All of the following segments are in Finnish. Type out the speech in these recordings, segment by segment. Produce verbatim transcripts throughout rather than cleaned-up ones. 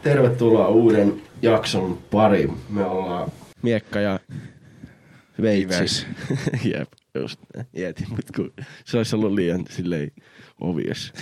Tervetuloa uuden jakson pariin. Me ollaan Miekka ja Veitsi. Jep, just näin. Mietin, mutta kun se olisi ollut liian silleen obvious.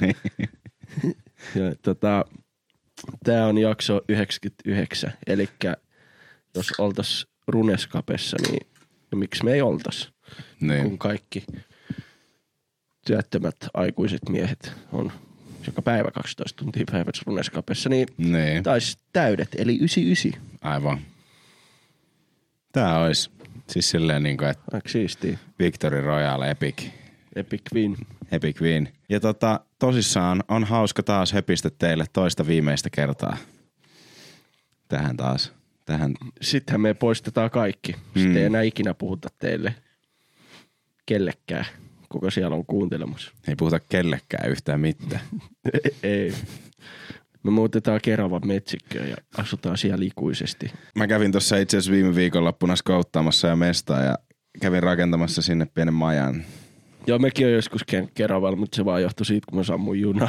Ja tota, tää on jakso yhdeksänkymmentäyhdeksän. Elikkä jos oltais Runescapessa, niin no miksi me ei oltais? Niin. Kun kaikki työttömät aikuiset miehet on joka päivä kaksitoista tuntia päivässä Runescapessa, niin, niin. taisi täydet, eli yhdeksänkymmentäyhdeksän. Aivan. Tää ois siis silleen niinku, että aika siistiä. Victory Royale Epic. Epic win. Epic win. Ja tota, tosissaan on hauska taas höpistä teille toista viimeistä kertaa. Tähän taas. Tähän. Sittenhän me poistetaan kaikki. Sitten mm. ei enää ikinä puhuta teille kellekään, kuka siellä on kuuntelemassa. Ei puhuta kellekään yhtään mitään. Ei. Me muutetaan Keravan metsikköön ja asutaan siellä ikuisesti. Mä kävin tuossa itse asiassa viime viikonloppuna skouttaamassa ja mestaa ja kävin rakentamassa sinne pienen majan. Joo, mekin on joskus käynyt Keravalla, mutta se vaan johtui siitä, kun mä sammuin junaa.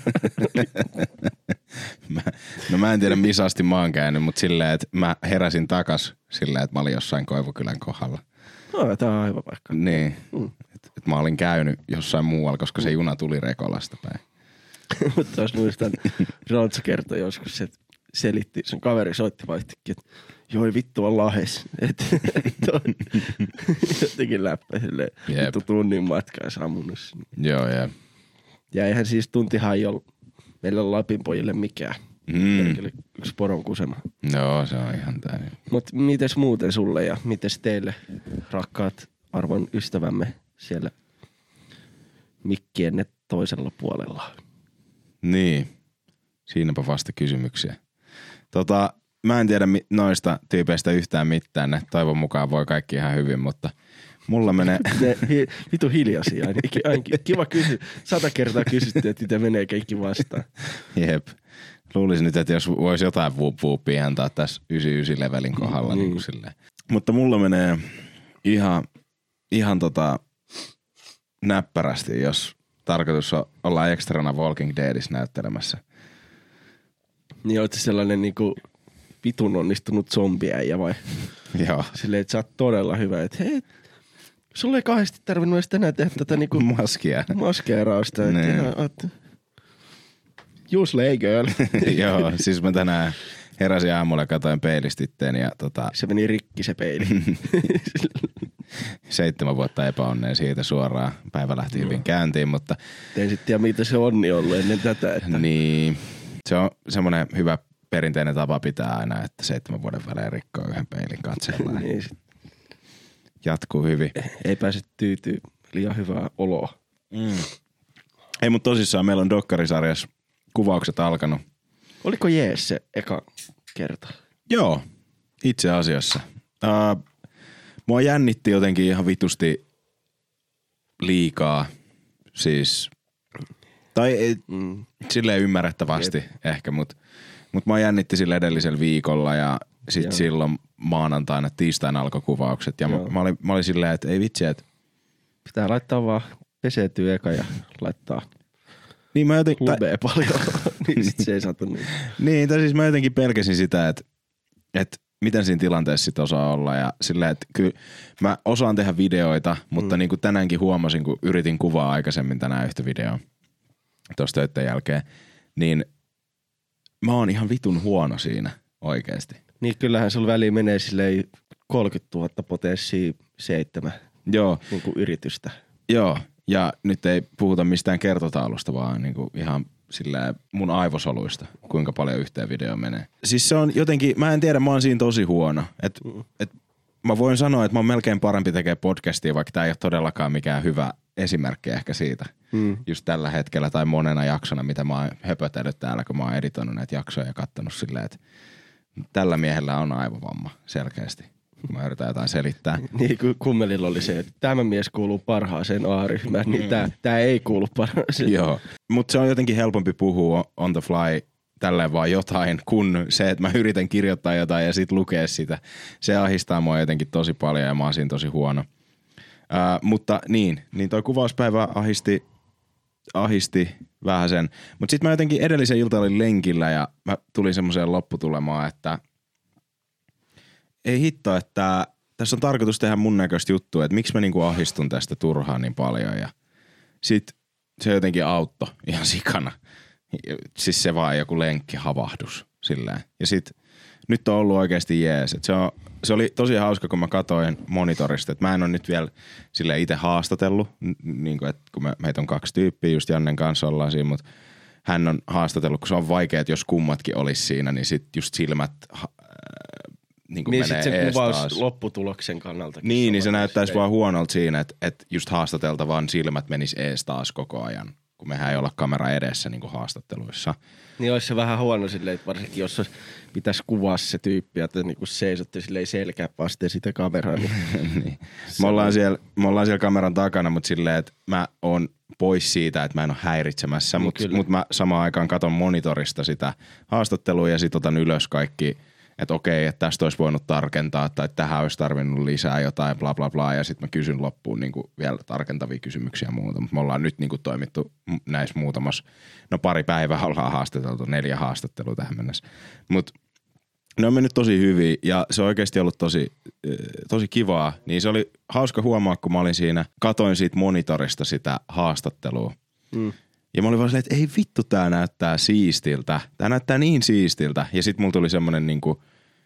mä, no mä en tiedä missä asti mä oon käynyt, mutta silleen, että mä heräsin takas silleen, että mä olin jossain Koivukylän kohdalla. No, tää on aivan vaikka. Niin, mm. että et mä olin käynyt jossain muualla, koska se juna tuli Rekolasta päin. Mutta jos muistan, Rantsa kertoi joskus, että selitti, sen kaveri soitti vaihtikin, että joo vittu on lahes. Että jotenkin läppä silleen, vittu tunnin matkaa sammunut sinne. Joo, jep. Ja eihän siis tuntihan ei ollut meillä Lapin pojille mikään. Mm. Yksi poron kusema. Joo, se on ihan täysin. Mut mites muuten sulle ja mites teille, rakkaat arvon ystävämme siellä mikkienne toisella puolella? Niin, siinäpä vasta kysymyksiä. Tota, mä en tiedä noista tyypeistä yhtään mitään, ne toivon mukaan voi kaikki ihan hyvin, mutta mulla menee... Ne hi, vitu hiljaisia, ainakin kiva kysy, sata kertaa kysytty, että mitä menee kaikki vastaan. Jep, luulisin nyt, että jos voisi jotain vuup-vuupia antaa tässä yhdeksänkymmentäyhdeksän levelin kohdalla, mm. niin kuin silleen. Mutta mulla menee ihan, ihan tota näppärästi, jos tarkoitus on olla ekstrana Walking Deadissä näyttelemässä. Niin oot sellainen niinku vitun onnistunut zombiäijä vai? Joo. Silleen, että sä oot todella hyvä, että hei, sulle ei kahdesti tarvinnut edes tänään tehdä tätä niinku maskia. maskeerausta. Niin. Että you slay girl. Joo, siis mä tänään heräsin aamulla ja katsoin peilistä itteen ja tota... Se meni rikki se peili. Seitsemän vuotta epäonneen siitä suoraan. Päivä lähti hyvin käyntiin, mutta... En sitten tiedä, mitä se onni ollut ennen tätä. Että... Niin. Se on semmoinen hyvä perinteinen tapa pitää aina, että seitsemän vuoden välein rikkoo yhden peilin katsellaan. Niin. Jatkuu hyvin. Ei pääse tyytyy liian hyvää oloa. Mm. Ei, mutta tosissaan meillä on dokkarisarjassa kuvaukset alkanut. Oliko jees se eka kerta? Joo, itse asiassa. Uh, mua jännitti jotenkin ihan vitusti liikaa. Siis... Tai mm. silleen ymmärrettävästi Jep. ehkä, mutta mut mä jännitti sille edellisellä viikolla ja sit Joo. silloin maanantaina, tiistaina alkoi kuvaukset. Ja mä, mä, olin, mä olin silleen, että ei vitsi, että... Pitää laittaa vaan peseytyä eka ja laittaa niin mä joten... lubea tai... paljon, niin sit se ei saatu niin. Niin, tai siis mä jotenkin pelkäsin sitä, että, että miten siinä tilanteessa sit osaa olla. Ja silleen, että kyllä mä osaan tehdä videoita, mutta mm. niin kuin tänäänkin huomasin, kun yritin kuvaa aikaisemmin tänään yhtä videoa. Tuosta töiden jälkeen, niin mä oon ihan vitun huono siinä oikeesti. Niin kyllähän sulla väliin menee silleen kolmekymmentätuhatta potenssia seitsemän Joo. Niin kuin yritystä. Joo, ja nyt ei puhuta mistään kertotaulusta, vaan niin kuin ihan silleen mun aivosoluista, kuinka paljon yhteen video menee. Siis se on jotenkin, mä en tiedä, mä oon siinä tosi huono. Et, mm. et, mä voin sanoa, että mä oon melkein parempi tekee podcastia, vaikka tää ei ole todellakaan mikään hyvä esimerkki ehkä siitä. Mm. Just tällä hetkellä tai monena jaksona, mitä mä oon höpötellyt täällä, kun mä oon editoinut näitä jaksoja ja kattonut silleen, että tällä miehellä on aivovamma selkeästi, kun mä yritän jotain selittää. Niin, kun kummelilla oli se, että tämä mies kuuluu parhaaseen A-ryhmään, niin tää, tää ei kuulu parhaaseen. Joo, mutta se on jotenkin helpompi puhua on the fly tälleen vaan jotain, kun se, että mä yritän kirjoittaa jotain ja sit lukea sitä. Se ahistaa mua jotenkin tosi paljon ja mä oon siinä tosi huono. Uh, mutta niin, niin toi kuvauspäivä ahisti ahisti vähän sen. Mutta sitten mä jotenkin edellisen ilta olin lenkillä ja mä tulin semmoiseen lopputulemaan, että ei hitto, että tässä on tarkoitus tehdä mun näköistä juttua, että miksi mä niinku ahistun tästä turhaan niin paljon. Ja sit se jotenkin auttoi ihan sikana. Siis se vaan joku lenkkihavahdus silleen. Ja sit nyt on ollut oikeasti jees. Et se, on, se oli tosi hauska, kun mä katoin monitorista. Et mä en ole nyt vielä silleen itse haastatellut, niin kuin, että kun me, meitä on kaksi tyyppiä, just Jannen kanssa ollaan siinä, mutta hän on haastatellut, kun se on vaikea, että jos kummatkin olisi siinä, niin sit just silmät äh, niin kuin niin menee sit se ees kuvaus taas. lopputuloksen kannalta. Niin, niin se näyttäisi vaan huonolta siinä, että, että just haastateltavan silmät menis ees taas koko ajan, kun mehän ei olla kamera edessä niin kuin haastatteluissa. Niin olisi se vähän huono silleen, että varsinkin jos pitäisi kuvaa se tyyppi, että niinku seisotte silleen selkää vasten sitä kameraa. Niin. niin. me, ollaan siellä, me ollaan siellä kameran takana, mutta silleen, että mä oon pois siitä, että mä en ole häiritsemässä, niin mutta mut mä samaan aikaan katon monitorista sitä haastattelua ja sit otan ylös kaikki, että okei, että tästä olisi voinut tarkentaa tai tähän olisi tarvinnut lisää jotain bla bla bla ja sit mä kysyn loppuun niinku vielä tarkentavia kysymyksiä ja muuta, mutta me ollaan nyt niinku toimittu näissä muutamassa, no pari päivää ollaan haastateltu, neljä haastattelua tähän mennessä, mutta ne on mennyt tosi hyvin ja se on oikeasti ollut tosi, tosi kivaa, niin se oli hauska huomaa, kun mä olin siinä, katoin siitä monitorista sitä haastattelua mm. ja mä olin vaan silleen, että ei vittu, tää näyttää siistiltä. Tää näyttää niin siistiltä. Ja sit mulla tuli semmonen niinku,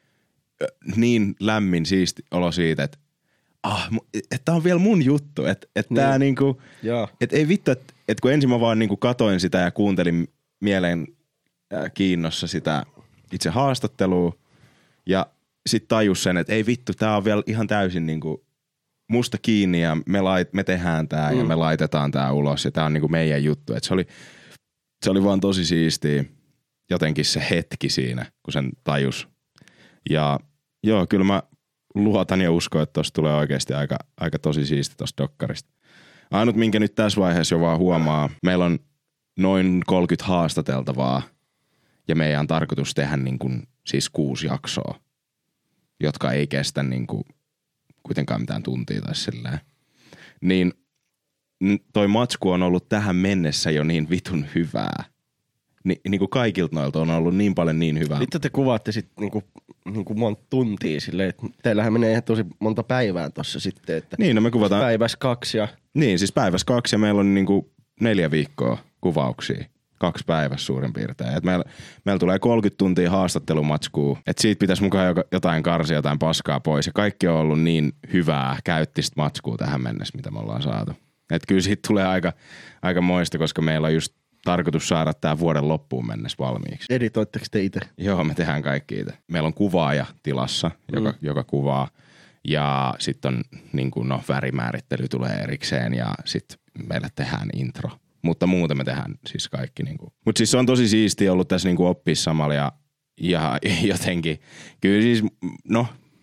niin lämmin siisti olo siitä, että ah, että tää on vielä mun juttu. Että et tää niin. niinku, että ei vittu, että et kun ensin mä vaan niinku katoin sitä ja kuuntelin mielen äh, kiinnossa sitä itse haastattelua. Ja sit tajus sen, että ei vittu, tää on vielä ihan täysin niinku musta kiinni ja me, lait, me tehdään tää mm. ja me laitetaan tää ulos ja tää on niinku meidän juttu. Et se oli, se oli vaan tosi siistiä jotenkin se hetki siinä, kun sen tajus. Ja joo, kyllä mä luotan ja uskon, että tosta tulee oikeasti aika, aika tosi siisti tosta dokkarista. Ainut, minkä nyt tässä vaiheessa jo vaan huomaa, meillä on noin kolmekymmentä haastateltavaa ja meidän on tarkoitus tehdä niin kuin, siis kuusi jaksoa, jotka ei kestä niin kuin kuitenkaan mitään tuntia tai silleen. Niin toi matsku on ollut tähän mennessä jo niin vitun hyvää. Ni, niin kuin kaikilta noilta on ollut niin paljon niin hyvää. Sitten te kuvaatte sit niinku, niinku monta tuntia silleen, että teillähän menee ihan tosi monta päivää tossa sitten. Että niin, no me kuvataan. Päivässä kaksi ja. Niin, siis päivässä kaksi ja meillä on niinku neljä viikkoa kuvauksia. Kaksi päivässä suurin piirtein. Et meillä, meillä tulee kolmekymmentä tuntia haastattelumatskua. Että siitä pitäisi mukaan jotain karsia, jotain paskaa pois. Ja kaikki on ollut niin hyvää, käyttistä matskua tähän mennessä, mitä me ollaan saatu. Että kyllä siitä tulee aika, aika moista, koska meillä on just tarkoitus saada tää vuoden loppuun mennessä valmiiksi. Editoitteko te itse? Joo, me tehdään kaikki itse. Meillä on kuvaaja tilassa, joka, mm. joka kuvaa. Ja sitten on niin kuin, no, värimäärittely tulee erikseen ja sitten meillä tehdään intro. Mutta muuten me tehdään siis kaikki. Niin kuin. Mutta siis se on tosi siistiä ollut tässä niin kuin oppia samalla ja, ja jotenkin. Kyllä siis, no,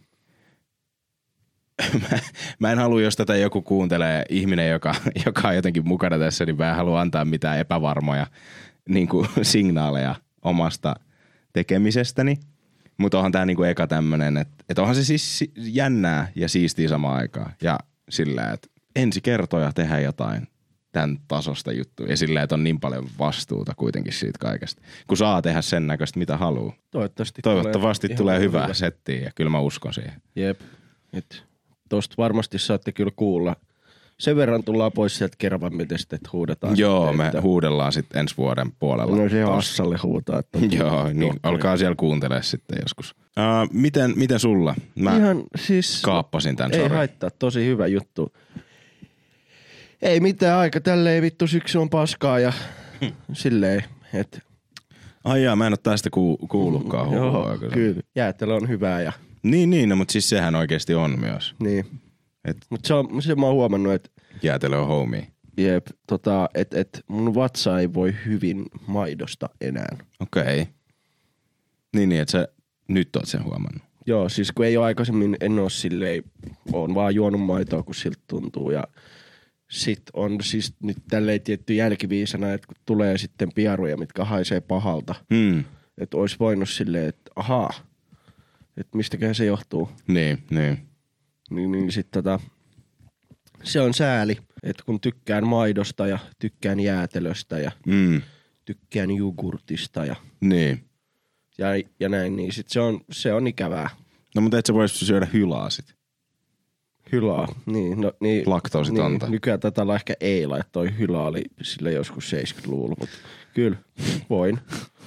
mä, mä en halua, jos tätä joku kuuntelee, ihminen, joka, joka on jotenkin mukana tässä, niin mä en halua antaa mitään epävarmoja niin kuin signaaleja omasta tekemisestäni. Mutta onhan tää niinku eka tämmönen, että et onhan se siis jännää ja siistiä samaan aikaan. Ja sillä, että ensi kertoja tehdä jotain tämän tasosta juttua. Ja sillä, että on niin paljon vastuuta kuitenkin siitä kaikesta. Kun saa tehdä sen näköistä, mitä haluaa. Toivottavasti, Toivottavasti tulee, tulee hyvää hyvä. settiä ja kyllä mä uskon siihen. Jep. Et tosta varmasti saatte kyllä kuulla. Sen verran tullaan pois sieltä Kervamitesta, että huudetaan. Joo, sitten, me että huudellaan sitten ensi vuoden puolella. No se on Assalle huutaa. Että joo, niin olkaa siellä kuuntelemaan sitten joskus. Uh, miten, miten sulla? Mä Ihan siis kaappasin tän, ei sorry. haittaa, tosi hyvä juttu. Ei mitään aika, tälleen vittu syksy on paskaa ja hmm. silleen, että ai jaa, mä en oo tästä ku, kuullutkaan. Joo, kyllä. Jäätelö on hyvää ja niin, niin, no, mutta siis sehän oikeesti on myös. Niin. Et mutta se, on, se mä oon huomannut, että jäätelö on homie. Jep, tota, että et mun vatsa ei voi hyvin maidosta enää. Okei. Okay. Niin, niin, että sä nyt oot sen huomannut. Joo, siis kun ei ole aikaisemmin, en oo silleen, oon vaan juonut maitoa, kun siltä tuntuu. Ja sit on siis nyt tälleen tietty jälkiviisana, että kun tulee sitten piaruja, mitkä haisee pahalta. Hmm. Että ois voinut silleen, että ahaa, että mistäkään se johtuu. Niin, niin. Niin, niin sit tota, se on sääli. että kun tykkään maidosta ja tykkään jäätelöstä ja Mm. tykkään jogurtista ja, Niin. ja, ja näin, niin sit se on, se on ikävää. No mutta et sä vois syödä hylaa sit. Hylaa, niin. No, niin Laktoositonta. Niin, nykyään tätä olla ehkä Eila, että toi hylaa oli sillä joskus seitsemänkymmentäluvulla, mutta kyllä, voin.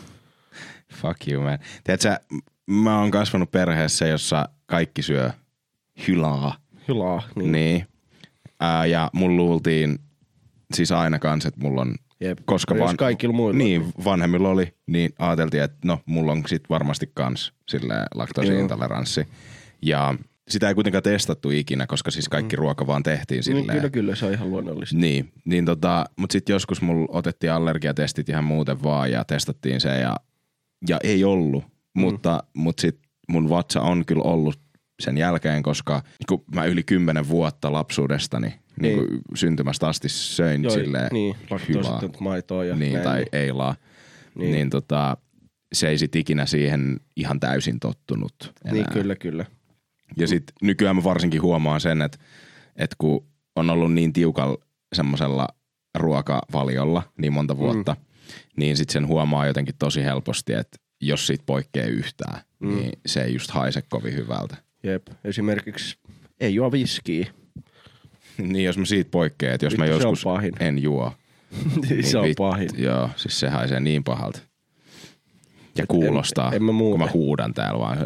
Fuck you, man. Tiedätkö sä, mä oon kasvanut perheessä, jossa kaikki syö hylaa. Hylaa, niin. Niin. Ää, ja mun luultiin siis aina kans, että mulla on, Jep. koska Jos van... kaikilla muilla. Niin, vanhemmilla oli, niin ajateltiin, että no, mulla on sit varmasti kans silleen laktoosiintoleranssi. Ja sitä ei kuitenkaan testattu ikinä, koska siis kaikki mm. ruoka vaan tehtiin silleen. Niin, kyllä, kyllä, se on ihan luonnollista. Niin, niin tota, mut sit joskus mulla otettiin allergiatestit ihan muuten vaan ja testattiin se ja, ja ei ollut. Mm. Mutta, mut sit mun vatsa on kyllä ollut sen jälkeen, koska kun mä yli kymmenen vuotta lapsuudestani niin. Niin kuin syntymästä asti söin Joo, silleen niin, hylaa. maitoa ja Niin, näin. tai eilaa. Niin, niin tota, se ei sit ikinä siihen ihan täysin tottunut enää. Niin, kyllä, kyllä. Ja sit nykyään mä varsinkin huomaan sen, että, että kun on ollut niin tiukalla semmosella ruokavaliolla niin monta vuotta, mm. niin sit sen huomaa jotenkin tosi helposti, että jos siitä poikkeaa yhtään, mm. niin se ei just haise kovin hyvältä. Jep, esimerkiksi ei juo viskiä. Niin, jos mä siitä poikkean, että jos Vittu, mä joskus pahin. en juo. niin se on vit, pahin. Joo, siis se haisee niin pahalta. Ja et kuulostaa, en, en mä kun mä huudan täällä vaan.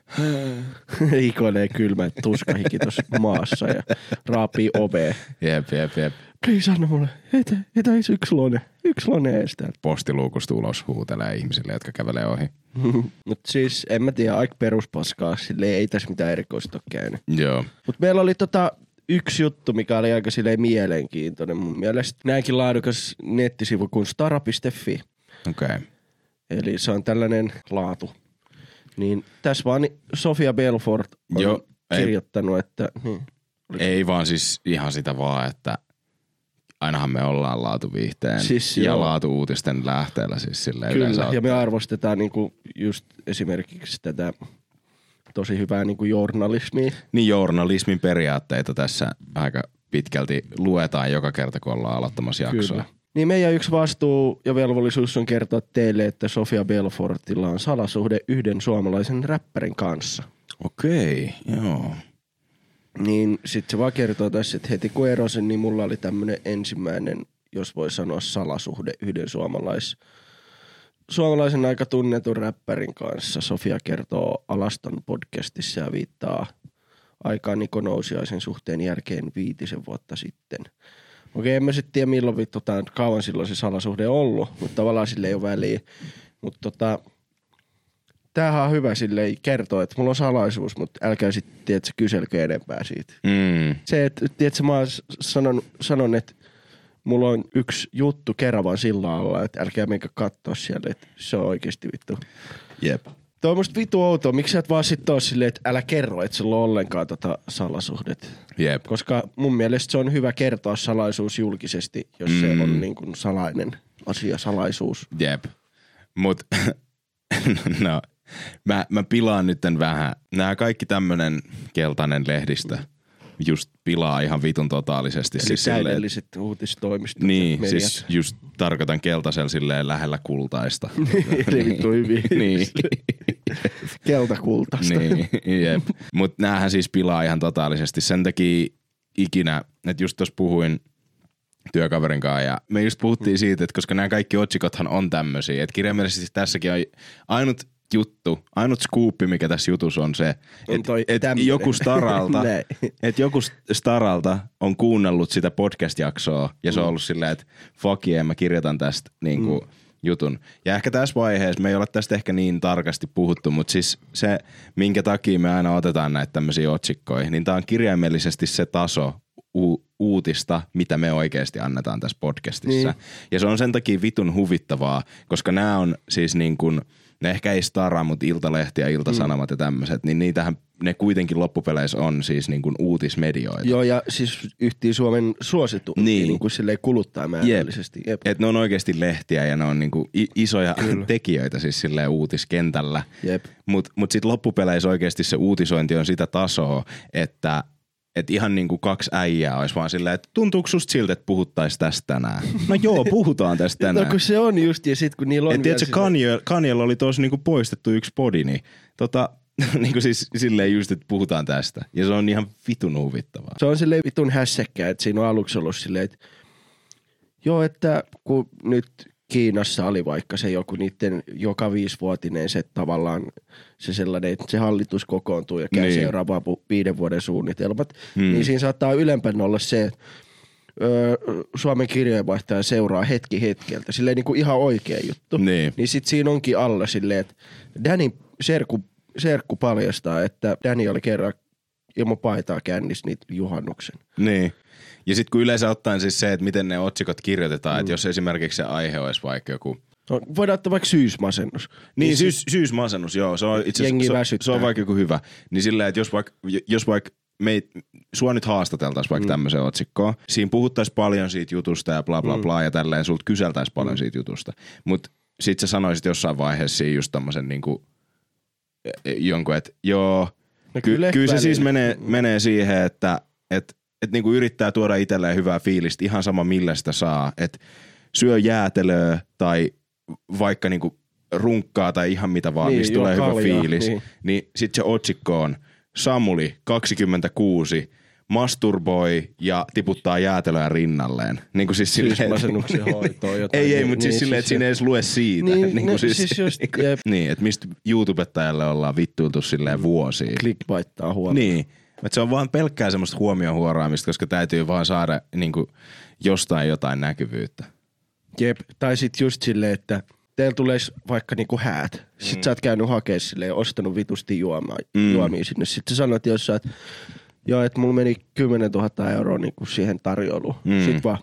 Ikoinen kylmä tuskahiki tuossa maassa ja raapii ovea. Jep, jep, jep. Please anna mulle, heitä, heitä yksi lone, yksi lone ees täältä. Postiluukusta ulos huutelee ihmisille, jotka kävelee ohi. Mut siis en mä tiedä, aika peruspaskaa, silleen ei tässä mitään erikoista ole käynyt. Joo. Mut meillä oli tota yksi juttu, mikä oli aika silleen mielenkiintoinen mun mielestä. Näinkin laadukas nettisivu kuin stara piste fi. Okei. Okay. Eli se on tällainen laatu. Niin tässä vaan Sofia Belfort on Joo, kirjoittanut, että... Niin. Ei vaan siis ihan sitä vaan, että ainahan me ollaan laatuviihteen siis ja joo. laatu-uutisten lähteellä siis silleen Kyllä, yleensä ja ottaa. me arvostetaan niinku just esimerkiksi tätä tosi hyvää niinku journalismia. Niin journalismin periaatteita tässä aika pitkälti luetaan joka kerta, kun ollaan aloittamassa jaksoa. Kyllä. Niin meidän yksi vastuu ja velvollisuus on kertoa teille, että Sofia Belfortilla on salasuhde yhden suomalaisen räppärin kanssa. Okei, joo. Niin sit se vaan kertoo tässä, että heti kun erosin, niin mulla oli tämmönen ensimmäinen, jos voi sanoa salasuhde yhden suomalais, suomalaisen aika tunnetun räppärin kanssa. Sofia kertoo Alaston podcastissa ja viittaa aikaan Niko Nousiaisen suhteen jälkeen viitisen vuotta sitten. Okei, en mä sit tiedä milloin vittu tää kauan silloin se salasuhde on ollut, mutta tavallaan sille ei ole väliä. Mutta tota, tämähän on hyvä silleen kertoa, että mulla on salaisuus, mutta älkää sit tiedätkö kyselkö enempää siitä. Mm. Se, että tiedätkö mä sanon, sanon, että mulla on yksi juttu Keravan sillalla, että älkää menkää katsoa siellä, että se on oikeesti vittu. Jep. Tuo on musta vittu outoa, miksi sä et vaan sit oo silleen, että älä kerro, että sulla on ollenkaan tota salasuhdet. Jep. Koska mun mielestä se on hyvä kertoa salaisuus julkisesti, jos mm. se on niin kuin salainen asia, salaisuus. Jep. Mut no, mä, mä pilaan nytten vähän. Nää kaikki tämmönen keltainen lehdistö just pilaa ihan vitun totaalisesti. Eli siis täydelliset silleen, uutistoimistot. Niin, mediat. siis just tarkoitan keltaisella silleen lähellä kultaista. Eli vittu hyvin. Niin. Keltakultaista. Niin, jep. Mut näähän siis pilaa ihan totaalisesti. Sen takia ikinä, että just tossa puhuin työkaverin kanssa ja me just puhuttiin siitä, että koska nämä kaikki otsikothan on tämmösiä, että kirjaimellisesti tässäkin on ainut juttu, ainut skuuppi, mikä tässä jutussa on se, että et joku staralta, että joku staralta on kuunnellut sitä podcast-jaksoa ja se on ollut silleen, että fuck yeah, mä kirjoitan tästä niinku mm. jutun. Ja ehkä tässä vaiheessa me ei ole tästä ehkä niin tarkasti puhuttu, mutta siis se, minkä takia me aina otetaan näitä tämmöisiä otsikkoja, niin tää on kirjaimellisesti se taso u- uutista, mitä me oikeasti annetaan tässä podcastissa. Niin. Ja se on sen takia vitun huvittavaa, koska nämä on siis niin kuin, ne ehkä ei Stara, mutta Iltalehti ja Iltasanomat mm. ja tämmöiset, niin niitähän ne kuitenkin loppupeleissä on siis niin kuin uutismedioita. Joo, ja siis yhtiä Suomen suosittu niin. Niin kuin silleen kuluttajamäärällisesti. Jep. Et ne on oikeasti lehtiä ja ne on niin kuin isoja Kyllä. tekijöitä siis silleen uutiskentällä. Mut, mut sit loppupeleissä oikeasti se uutisointi on sitä tasoa, että että ihan niinku kaksi äijää olisi vaan silleen, että tuntuuko susta siltä, että puhuttaisiin tästä tänään? No joo, puhutaan tästä tänään. No kun se on just, ja sit kun niillä on et tiedätkö, Kanye, Kanyella oli tuossa niinku poistettu yksi podi, niin tota, niinku siis silleen just, että puhutaan tästä. Ja se on ihan vitun huvittavaa. Se on silleen vitun hässäkkä, että siinä on aluksi ollut silleen, että joo, että kun nyt Kiinassa oli vaikka se joku niiden joka viisivuotinen se tavallaan se sellainen, että se hallitus kokoontuu ja käy niin. seuraavaan viiden vuoden suunnitelmat, hmm. niin siinä saattaa ylempänä olla se, että öö, Suomen kirjeenvaihtaja seuraa hetki hetkeltä, silleen niin kuin ihan oikea juttu. Niin, niin sit siinä onkin alla silleen, että Danin serkku, serkku paljastaa, että Dani oli kerran ilman paitaa kännissä niitä juhannuksen. Niin. Ja sitten kun yleensä ottaen siis se, että miten ne otsikot kirjoitetaan, mm. että jos esimerkiksi se aihe olisi vaikka joku... No, voidaan ottaa vaikka syysmasennus. Niin, niin syys, syysmasennus, joo. Se on itse asiassa, se, se on vaikka joku hyvä. Niin silleen, että jos vaikka, jos vaikka meit, sua nyt haastateltaisiin vaikka mm. tämmöisen otsikkoon, siinä puhuttaisiin paljon siitä jutusta ja bla bla bla mm. ja tälleen, sulta kyseltäisiin paljon mm. siitä jutusta. Mutta sit sä sanoisit jossain vaiheessa siinä just tommosen niinku jonkun, että joo, no, ky, kyllä, kyllä se siis menee, menee siihen, että et, et niinku yrittää tuoda itselleen hyvää fiilistä ihan sama millä sitä saa, että syö jäätelöä tai vaikka niinku runkkaa tai ihan mitä vaan, niin, mistä tulee hyvä kaljaa, fiilis, niin, niin sit se otsikko on Samuli kaksikymmentäkuusi masturboi ja tiputtaa jäätelöä rinnalleen. Niin kuin siis silleen, syysmasennuksen hoitoa jotain. Ei, ei, mutta siis niin, silleen, että siinä ei edes lue siitä. Niin, niin kuin siis, siis just, niin, kuin, niin, että mistä YouTubettajalle ollaan vittuiltu silleen vuosia. Clickbaittaa huomioon. Niin, että se on vaan pelkkää semmoista huomiohuoraamista, koska täytyy vaan saada niin kuin jostain jotain näkyvyyttä. Jep, tai sit just silleen, että teillä tulee vaikka niinku häät. Sit mm. sä oot käynyt hakea silleen, ostanut vitusti juomaa, mm. juomia sinne. Sit sä sanot jossain, että joo, että mulla meni kymmenen tuhatta euroa niinku siihen tarjouluun. Mm. Sit vaan,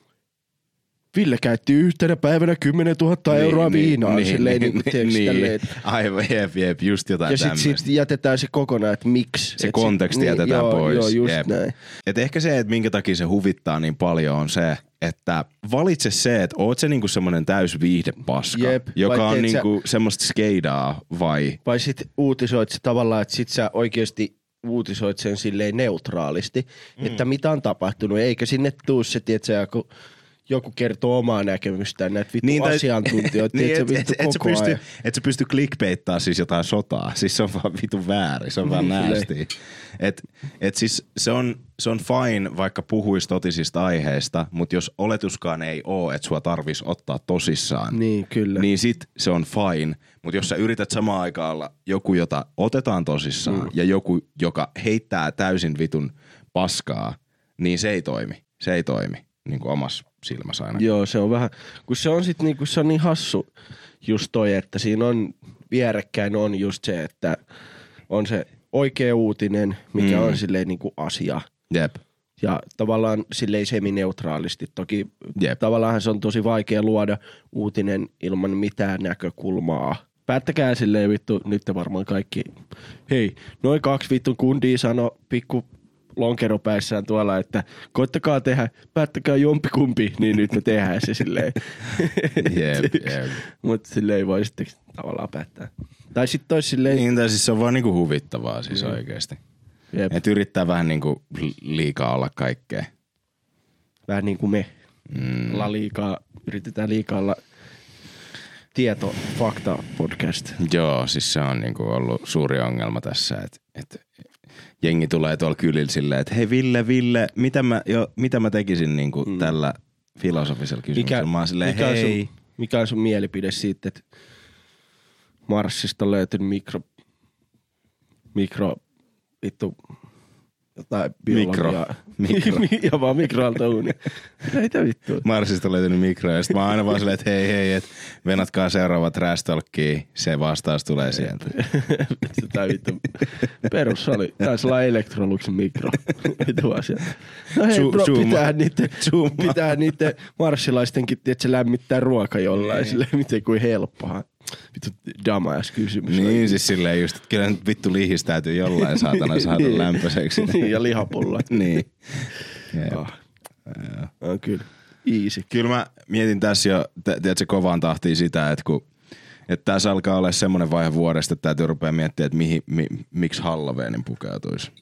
Ville käytti yhtenä päivänä kymmenen tuhatta niin, euroa niin, viinaa. Niin, silleen, niin, niin, niin, niin. Tälleen, Aivan, jep, jep, just jotain ja tämmöistä. Ja sit, sit jätetään se kokonaan, että miksi. Se et konteksti sit, jätetään niin, pois. Joo, just jep. näin. Et ehkä se, että minkä takia se huvittaa niin paljon on se, että valitse se, että oot se niinku semmonen täys viihdepaska, jep, joka on niinku sä... semmoista skeidaa vai... Vai sit uutisoit se tavallaan, että sit sä oikeesti uutisoit sen silleen neutraalisti, mm. että mitä on tapahtunut, eikä sinne tuu se, tietsä, joku... Joku kertoo omaa näkemystään, näitä vittu niin, asiantuntijoita, niin, että se vittu et, koko et pysty, ajan. Et sä pysty clickbaittaa siis jotain sotaa. Siis se on vaan vittu väärin, se on vaan näästi. Et, et siis se on, se on fine, vaikka puhuis totisista aiheista, mutta jos oletuskaan ei oo, että sua tarvis ottaa tosissaan, niin, kyllä. niin sit se on fine. Mutta jos sä yrität samaan aikaan olla joku, jota otetaan tosissaan mm. ja joku, joka heittää täysin vitun paskaa, niin se ei toimi. Se ei toimi, niin kuin omassa silmässä aina. Joo, se on vähän, kun se on sit niinku, se on niin hassu just toi, että siinä on vierekkäin on just se, että on se oikea uutinen, mikä mm. on silleen niinku asia. Jep. Ja tavallaan silleen semineutraalisti. Toki Jep. tavallaan se on tosi vaikea luoda uutinen ilman mitään näkökulmaa. Päättäkää silleen vittu, nyt te varmaan kaikki, hei, noin kaksi vittu kundia sano pikku lonkeropäissään tuolla, että koittakaa tehdä, päättäkää jompikumpi, niin nyt me tehdään se silleen. Jep, jep. Mutta silleen ei voi sitten tavallaan päättää. Tai sitten tois silleen... Niin, tai siis se on vaan niinku huvittavaa siis mm. oikeesti. Jep. Et yrittää vähän niinku liikaa olla kaikkea. Vähän niinku me. Mm. Olla liikaa, yritetään liikaa olla tieto, fakta podcast. Joo, siis se on niinku ollut suuri ongelma tässä, että et jengi tulee tuolla kylillä silleen, että hei Ville, Ville, mitä mä, jo, mitä mä tekisin niinku mm. tällä filosofisella kysymyksellä? Mä oon silleen, mikä hei. On sun, mikä on sun mielipide siitä, että Marsista on löytynyt mikro, mikro, vittu, jotain biologiaa. Mikro. Mikro. Ja vaan mikroaaltouuni. Näitä vittua. Marsista on löytynyt mikro ja sit mä oon aina vaan silleen, että hei hei, että venatkaa seuraava trash talkkiin. Se vastaus tulee sieltä. Tää vittu perus oli. Taisi olla Electroluxin mikro. Vittu asia. No hei Su- bro, pitää niitten, pitää niitten marsilaistenkin, että se lämmittää ruoka jollain. Silleen miten kuin helppoa. Vittu damajas kysymys. Niin oikein. Siis silleen just, että kyllä nyt vittu lihis täytyy jollain saatana saada niin. lämpöiseksi. Niin ja lihapulla. Niin. Oh. On kyllä. Easy. Kyllä mä mietin tässä jo, tiedätkö, kovaan tahtiin sitä, että kun että tässä alkaa olla semmoinen vaihe vuodesta, että täytyy rupea miettimään, että mihin, mi, miksi Halloweenin pukeutuisi.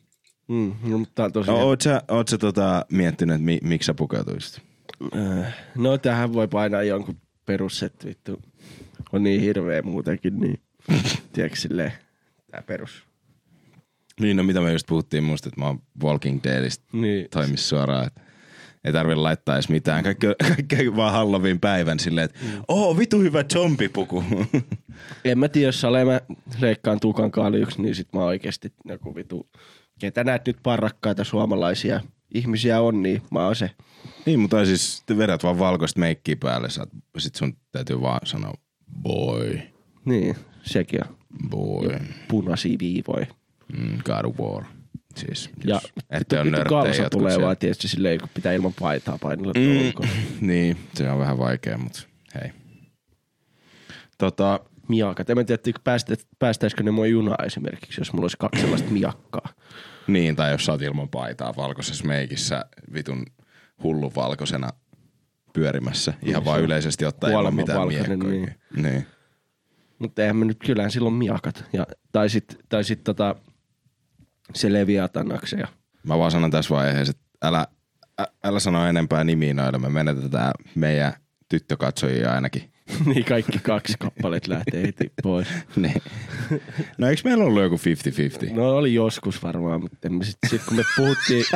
Mm, no, mutta tosiaan... No, oot sä, oot sä tota, miettinyt, että mi, miksi sä pukeutuisit? No tähän voi painaa jonkun perusset, vittu. On niin hirveä muutenkin, niin tiedätkö silleen, tää perus. Niin, no mitä me just puhuttiin musta, että mä oon Walking Deadistä niin. toimis suoraan, että ei tarvitse laittaa edes mitään. Kaikki, kaikki vaan Halloween päivän silleen, että mm. oh, vitu hyvä zombipuku. En mä tiedä, jos Sale mä leikkaan tukan kaljuksi, niin sit mä oikeesti joku vitu, ketä näet nyt parrakkaita suomalaisia ihmisiä on, niin mä oon se. Niin, mutta siis te vedät vaan valkoista meikkiä päälle, sit sun täytyy vaan sanoa boy. Niin, sekin on. Boy. Ja punaisia viivoja. Mm, God of War. Siis, ja ette on nörttejä kalsa tulee siellä. Vaan tietysti silleen, kun pitää ilman paitaa painella mm, niin, se on vähän vaikea, mutta hei. Tota... Miakat. En mä tiedä, päästä, päästäisikö ne mua junaa esimerkiksi, jos mulla olisi kaksi sellaista miakkaa. Niin, tai jos sä oot ilman paitaa valkoisessa meikissä vitun hullun valkoisena pyörimässä. Ihan niin, vaan yleisesti ottaa ilman mitään miekkoja. Niin. niin. Mutta eihän me nyt kyllähän silloin miakat. Ja, tai sit, tai sit tota, se Leviatanakseja. Mä vaan sanon tässä vaiheessa, että älä, ä, älä sano enempää nimiä noille. Me menetetään meidän tyttökatsojia ainakin. Niin kaikki kaksi kappaleet lähtee heti pois. niin. No eikö meillä ollut joku viisikymmentä viisikymmentä? No oli joskus varmaan, mutta sitten sit, kun me puhuttiin...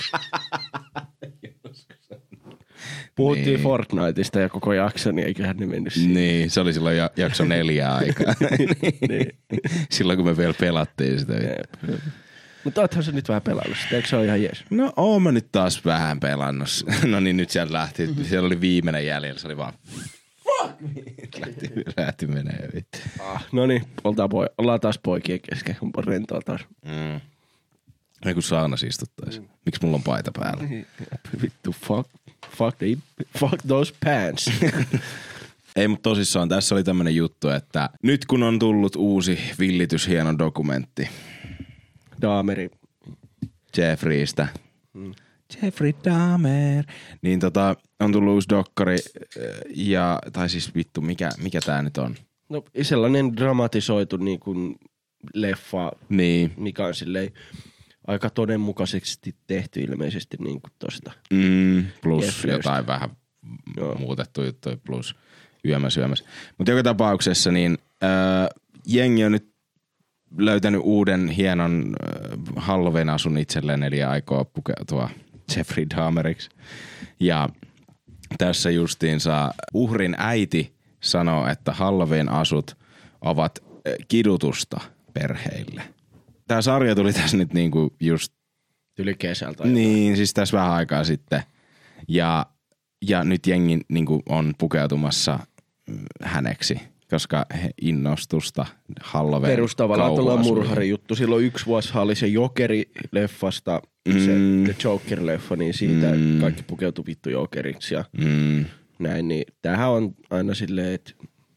Puhuttiin niin. Fortniteista ja koko jakso, niin eiköhän ne mennyt siihen. Niin, se oli silloin jakso neljä aikaa. niin. Silloin kun me vielä pelattiin sitä. Mutta oothan sä nyt vähän pelannut sitä, eikö se ole ihan jees? No oon mä nyt taas vähän pelannut. No niin, nyt sieltä lähti. Siellä oli viimeinen jäljellä, se oli vaan... Fuck me! Lähti, lähti menee vittu. Ah, no niin, ollaan, poi- ollaan taas poikien kesken. Onpa rentoa taas. Mm. Ei kun saunas istuttais. Mm. Miksi mulla on paita päällä? Vittu, fuck, fuck, the, fuck those pants. Ei, mutta tosissaan tässä oli tämmönen juttu, että nyt kun on tullut uusi villitys hieno dokumentti. Dahmeri. Jeffreystä. Mm. Jeffrey Dahmer. Niin tota, on tullut uusi dokkari ja, tai siis vittu, mikä, mikä tää nyt on? No sellainen dramatisoitu niin kuin leffa, niin. Mikä on silleen aika todenmukaisesti tehty ilmeisesti niin kuin tosta. Mm, plus Jeffreystä. Jotain vähän Joo. muutettu juttuja plus yömäs yömäs. Mutta joka tapauksessa niin äh, jengi on nyt löytänyt uuden hienon äh, Halloween-asun itselleen, eli aikoo pukeutua Jeffrey Dahmeriksi. Ja tässä justiinsa uhrin äiti sanoo, että Halloween-asut ovat äh, kidutusta perheille. Tää sarja tuli tässä nyt niinku just... Tuli kesältä. Niin, jotain. Siis tässä vähän aikaa sitten. Ja, ja nyt jengi niinku on pukeutumassa häneksi, koska he innostusta Halloween perustavalla tuolla murhari juttu. Silloin yksi vuosi oli se Jokeri-leffasta, mm. se The Joker-leffa, niin siitä mm. kaikki pukeutui vittu Jokeriksi ja mm. näin. Niin tämähän on aina silleen, että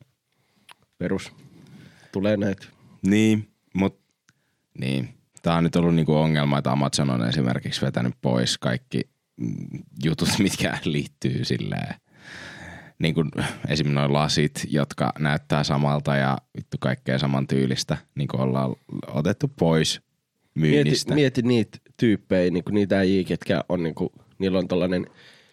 perus tulee näitä. Niin, mutta niin. Tää on nyt ollut niinku ongelma, että Amazon on esimerkiksi vetänyt pois kaikki jutut, mitkä liittyy silleen. Niin kuin esimerkiksi noin lasit, jotka näyttää samalta ja vittu kaikkea saman tyylistä, niin kuin ollaan otettu pois myynnistä. Mieti, mieti niitä tyyppejä, niin kuin niitä äijiä, ketkä on niin kuin, niillä on tollanen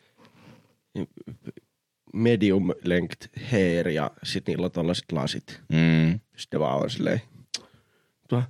medium length hair ja sit niillä on tollaset lasit. Mm. Sitten vaan on silleen, tuo...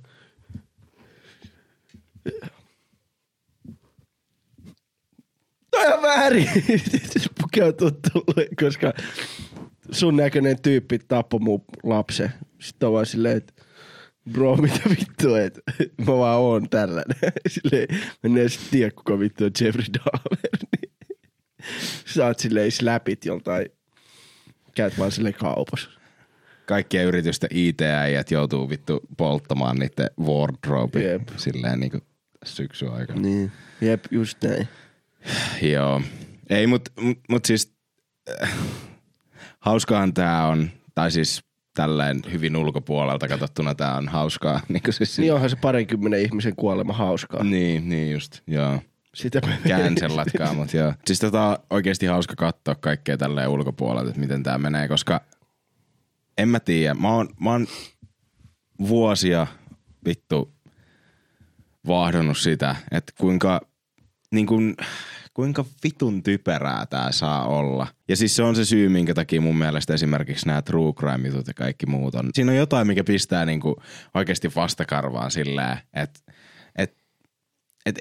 Toi on väärin! Pukeutuu tullut, koska sun näköinen tyyppi tappoi mun lapsen. Sitten on vaan silleen, että bro, mitä vittua, että mä vaan oon tällainen. Silleen, mä en sit tiedä, kuka vittu on Jeffrey Dahmer. Sä oot silleen släpit joltain, käyt vaan silleen kaupassa. Kaikkien yritysten I T-äijät joutuu vittu polttamaan niiden wardrobe Jep. silleen niinku syksyn aikana. Niin, jep, just näin. Joo. Ei, mut, mut, mut siis äh, hauskaahan tää on, tai siis tälleen hyvin ulkopuolelta katsottuna tää on hauskaa. Niin, siis niin onhan se parinkymmenen ihmisen kuolema hauskaa. Niin, niin just, joo. Sitä mä Cancelatkaan, mut joo. Siis tota on oikeesti hauska katsoa kaikkea tälleen ulkopuolelta, että miten tää menee, koska en mä tiedä. Mä oon, mä oon vuosia vittu vaahdonnut sitä, että kuinka, niin kuin, kuinka vitun typerää tää saa olla. Ja siis se on se syy, minkä takia mun mielestä esimerkiksi nämä true crime-jutut ja kaikki muut on. Siinä on jotain, mikä pistää niinku oikeasti vastakarvaan silleen, että et, et,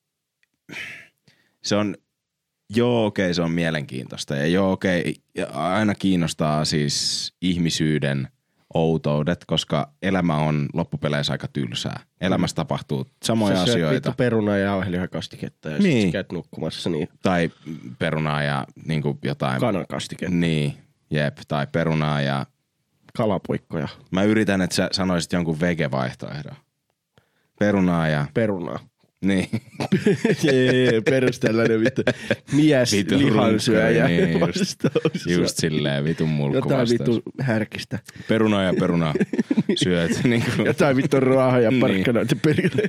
se on, joo okei okay, se on mielenkiintoista ja joo okei, okay, aina kiinnostaa siis ihmisyyden outoudet, koska elämä on loppupeleissä aika tylsää. Elämässä tapahtuu samoja sä asioita. Vittu perunaa ja jauhelihakastiketta ja niin. sit käyt nukkumassa. Niin. Tai perunaa ja niinku jotain. Kanakastiketta. Niin, jep. Tai perunaa ja kalapuikkoja. Mä yritän, että sä sanoisit jonkun vege-vaihtoehdon. Perunaa ja perunaa. Niin. Jee, perustellainen vittu mies lihansyöjä. Niin, just, just silleen vitun mulkku jotain vastaus. vittu härkistä. Perunaa ja perunaa syöt. Niin kuin. Jotain vittu ruohaa ja parkkanoita perille.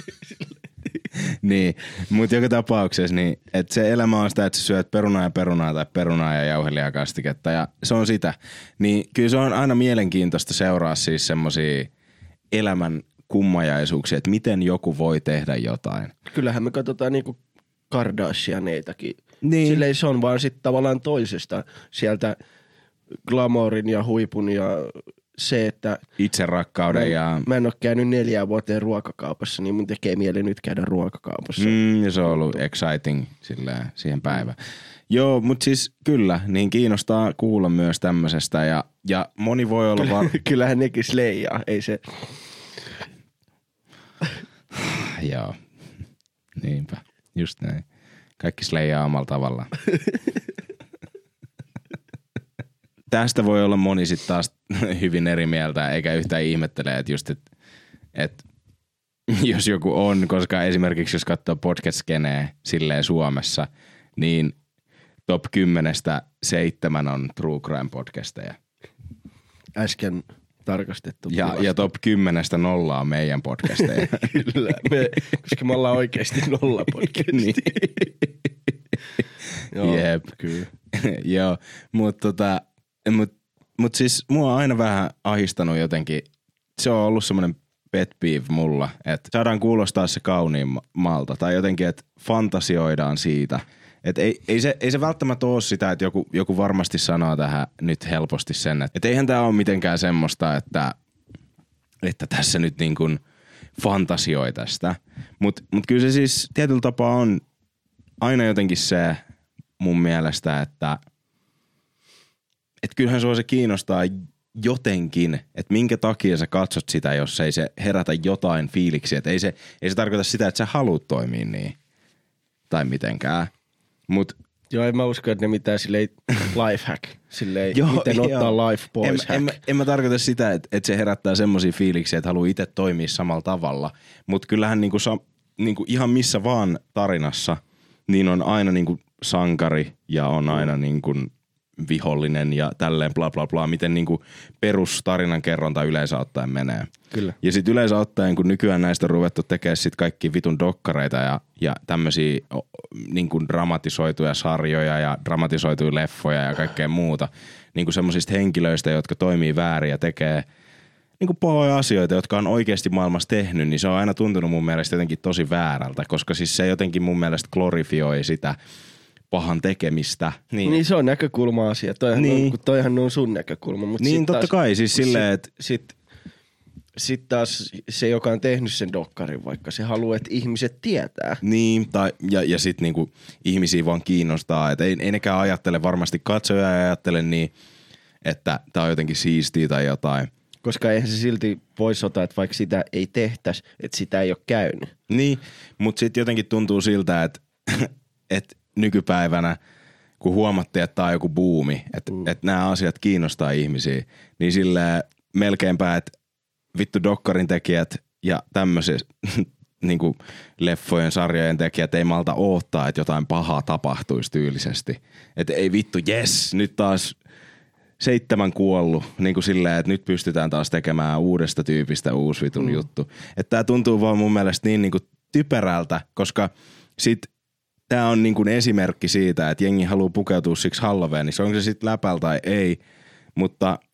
Niin, mutta joka tapauksessa, niin, että se elämä on sitä, että sä syöt perunaa ja perunaa tai perunaa ja jauhelihakastiketta ja se on sitä. Niin kyllä se on aina mielenkiintoista seuraa siis semmosia elämän kummajaisuuksia, että miten joku voi tehdä jotain. Kyllähän me katsotaan niinku Kardashianeitakin. Niin. Silleen se on vaan sit tavallaan toisesta. Sieltä glamourin ja huipun ja se, että itse rakkauden mä, ja mä en ole käynyt neljään vuoteen ruokakaupassa, niin mun tekee mieli nyt käydä ruokakaupassa. Mm, ja se on ollut exciting silleen, siihen päivään. Joo, mutta siis kyllä, niin kiinnostaa kuulla myös tämmöisestä ja, ja moni voi olla Kyllä, var... Kyllähän nekin sleijaa, ei se... Joo, niinpä, just näin. Kaikki sleijaa omalla tavallaan. Tästä voi olla moni sitten taas hyvin eri mieltä, eikä yhtään ihmettele, että just, että et, jos joku on, koska esimerkiksi jos katsoo podcast-skeneä silleen Suomessa, niin top kymmenestä seitsemän on True Crime podcasteja. Äsken tarkastettu. Ja, ja top kymmenestä nolla on meidän podcasteja. Kyllä, me, koska me ollaan oikeasti nolla podcasti. Niin. Joo, jep. kyllä. Joo, mutta tota, mut, mut siis mua on aina vähän ahistanut jotenkin. Se on ollut semmoinen pet peeve mulla, että saadaan kuulostaa se kauniimmalta tai jotenkin, että fantasioidaan siitä. Että ei, ei, se, ei se välttämättä ole sitä, että joku, joku varmasti sanoo tähän nyt helposti sen, että et eihän tää ole mitenkään semmoista, että, että tässä nyt niin kuin fantasioi tästä. Mutta mut kyllä se siis tietyllä tapaa on aina jotenkin se mun mielestä, että et kyllähän sua se kiinnostaa jotenkin, että minkä takia sä katsot sitä, jos ei se herätä jotain fiiliksiä. Että ei se, ei se tarkoita sitä, että sä haluut toimia niin tai mitenkään. Mut, joo, en mä usko, että ne mitään silleen life hack, silleen joo, miten joo. ottaa life pois en, hack. En, en, en mä tarkoita sitä, että, että se herättää semmosia fiiliksiä, että haluaa itse toimia samalla tavalla. Mutta kyllähän niinku, niinku ihan missä vaan tarinassa, niin on aina niinku sankari ja on aina niinku vihollinen ja tälleen bla bla bla, miten niinku perustarinan kerronta yleensä ottaen menee. Kyllä. Ja sit yleensä ottaen, kun nykyään näistä on ruvettu tekemään sit kaikki vitun dokkareita ja, ja tämmösiä niinku dramatisoituja sarjoja ja dramatisoituja leffoja ja kaikkea muuta, niinku semmosista henkilöistä, jotka toimii väärin ja tekee niinku pahoja asioita, jotka on oikeasti maailmassa tehnyt, niin se on aina tuntunut mun mielestä jotenkin tosi väärältä, koska siis se jotenkin mun mielestä glorifioi sitä pahan tekemistä. Niin, niin se on näkökulma-asia. Toihan, niin. on, toihan on sun näkökulma. Mut niin sit totta taas, kai, siis silleen, että Sitten sit taas se, joka on tehnyt sen dokkarin, vaikka se haluaa, että ihmiset tietää. Niin, tai, ja, ja sit niinku ihmisiä vaan kiinnostaa, että ei, ei nekään ajattele, varmasti katsoja ei ajattele niin, että tää on jotenkin siistiä tai jotain. Koska eihän se silti voisi ottaa, että vaikka sitä ei tehtäisi, että sitä ei ole käynyt. Niin, mutta sitten jotenkin tuntuu siltä, että, että nykypäivänä, kun huomattiin, että tää on joku buumi, että, mm. että nämä asiat kiinnostaa ihmisiä, niin sillä melkeinpä, että vittu dokkarin tekijät ja tämmöiset niin kuin leffojen, sarjojen tekijät ei malta oottaa, että jotain pahaa tapahtuisi tyylisesti. Että ei vittu, jes, nyt taas seitsemän kuollut, niin kuin silleen, että nyt pystytään taas tekemään uudesta tyypistä uusi vitun mm. juttu. Että tää tuntuu vaan mun mielestä niin, niin kuin typerältä, koska sit tää on niin kuin esimerkki siitä, että jengi haluaa pukeutua siksi Halloweenissa, onko se sitten läpällä tai ei, mutta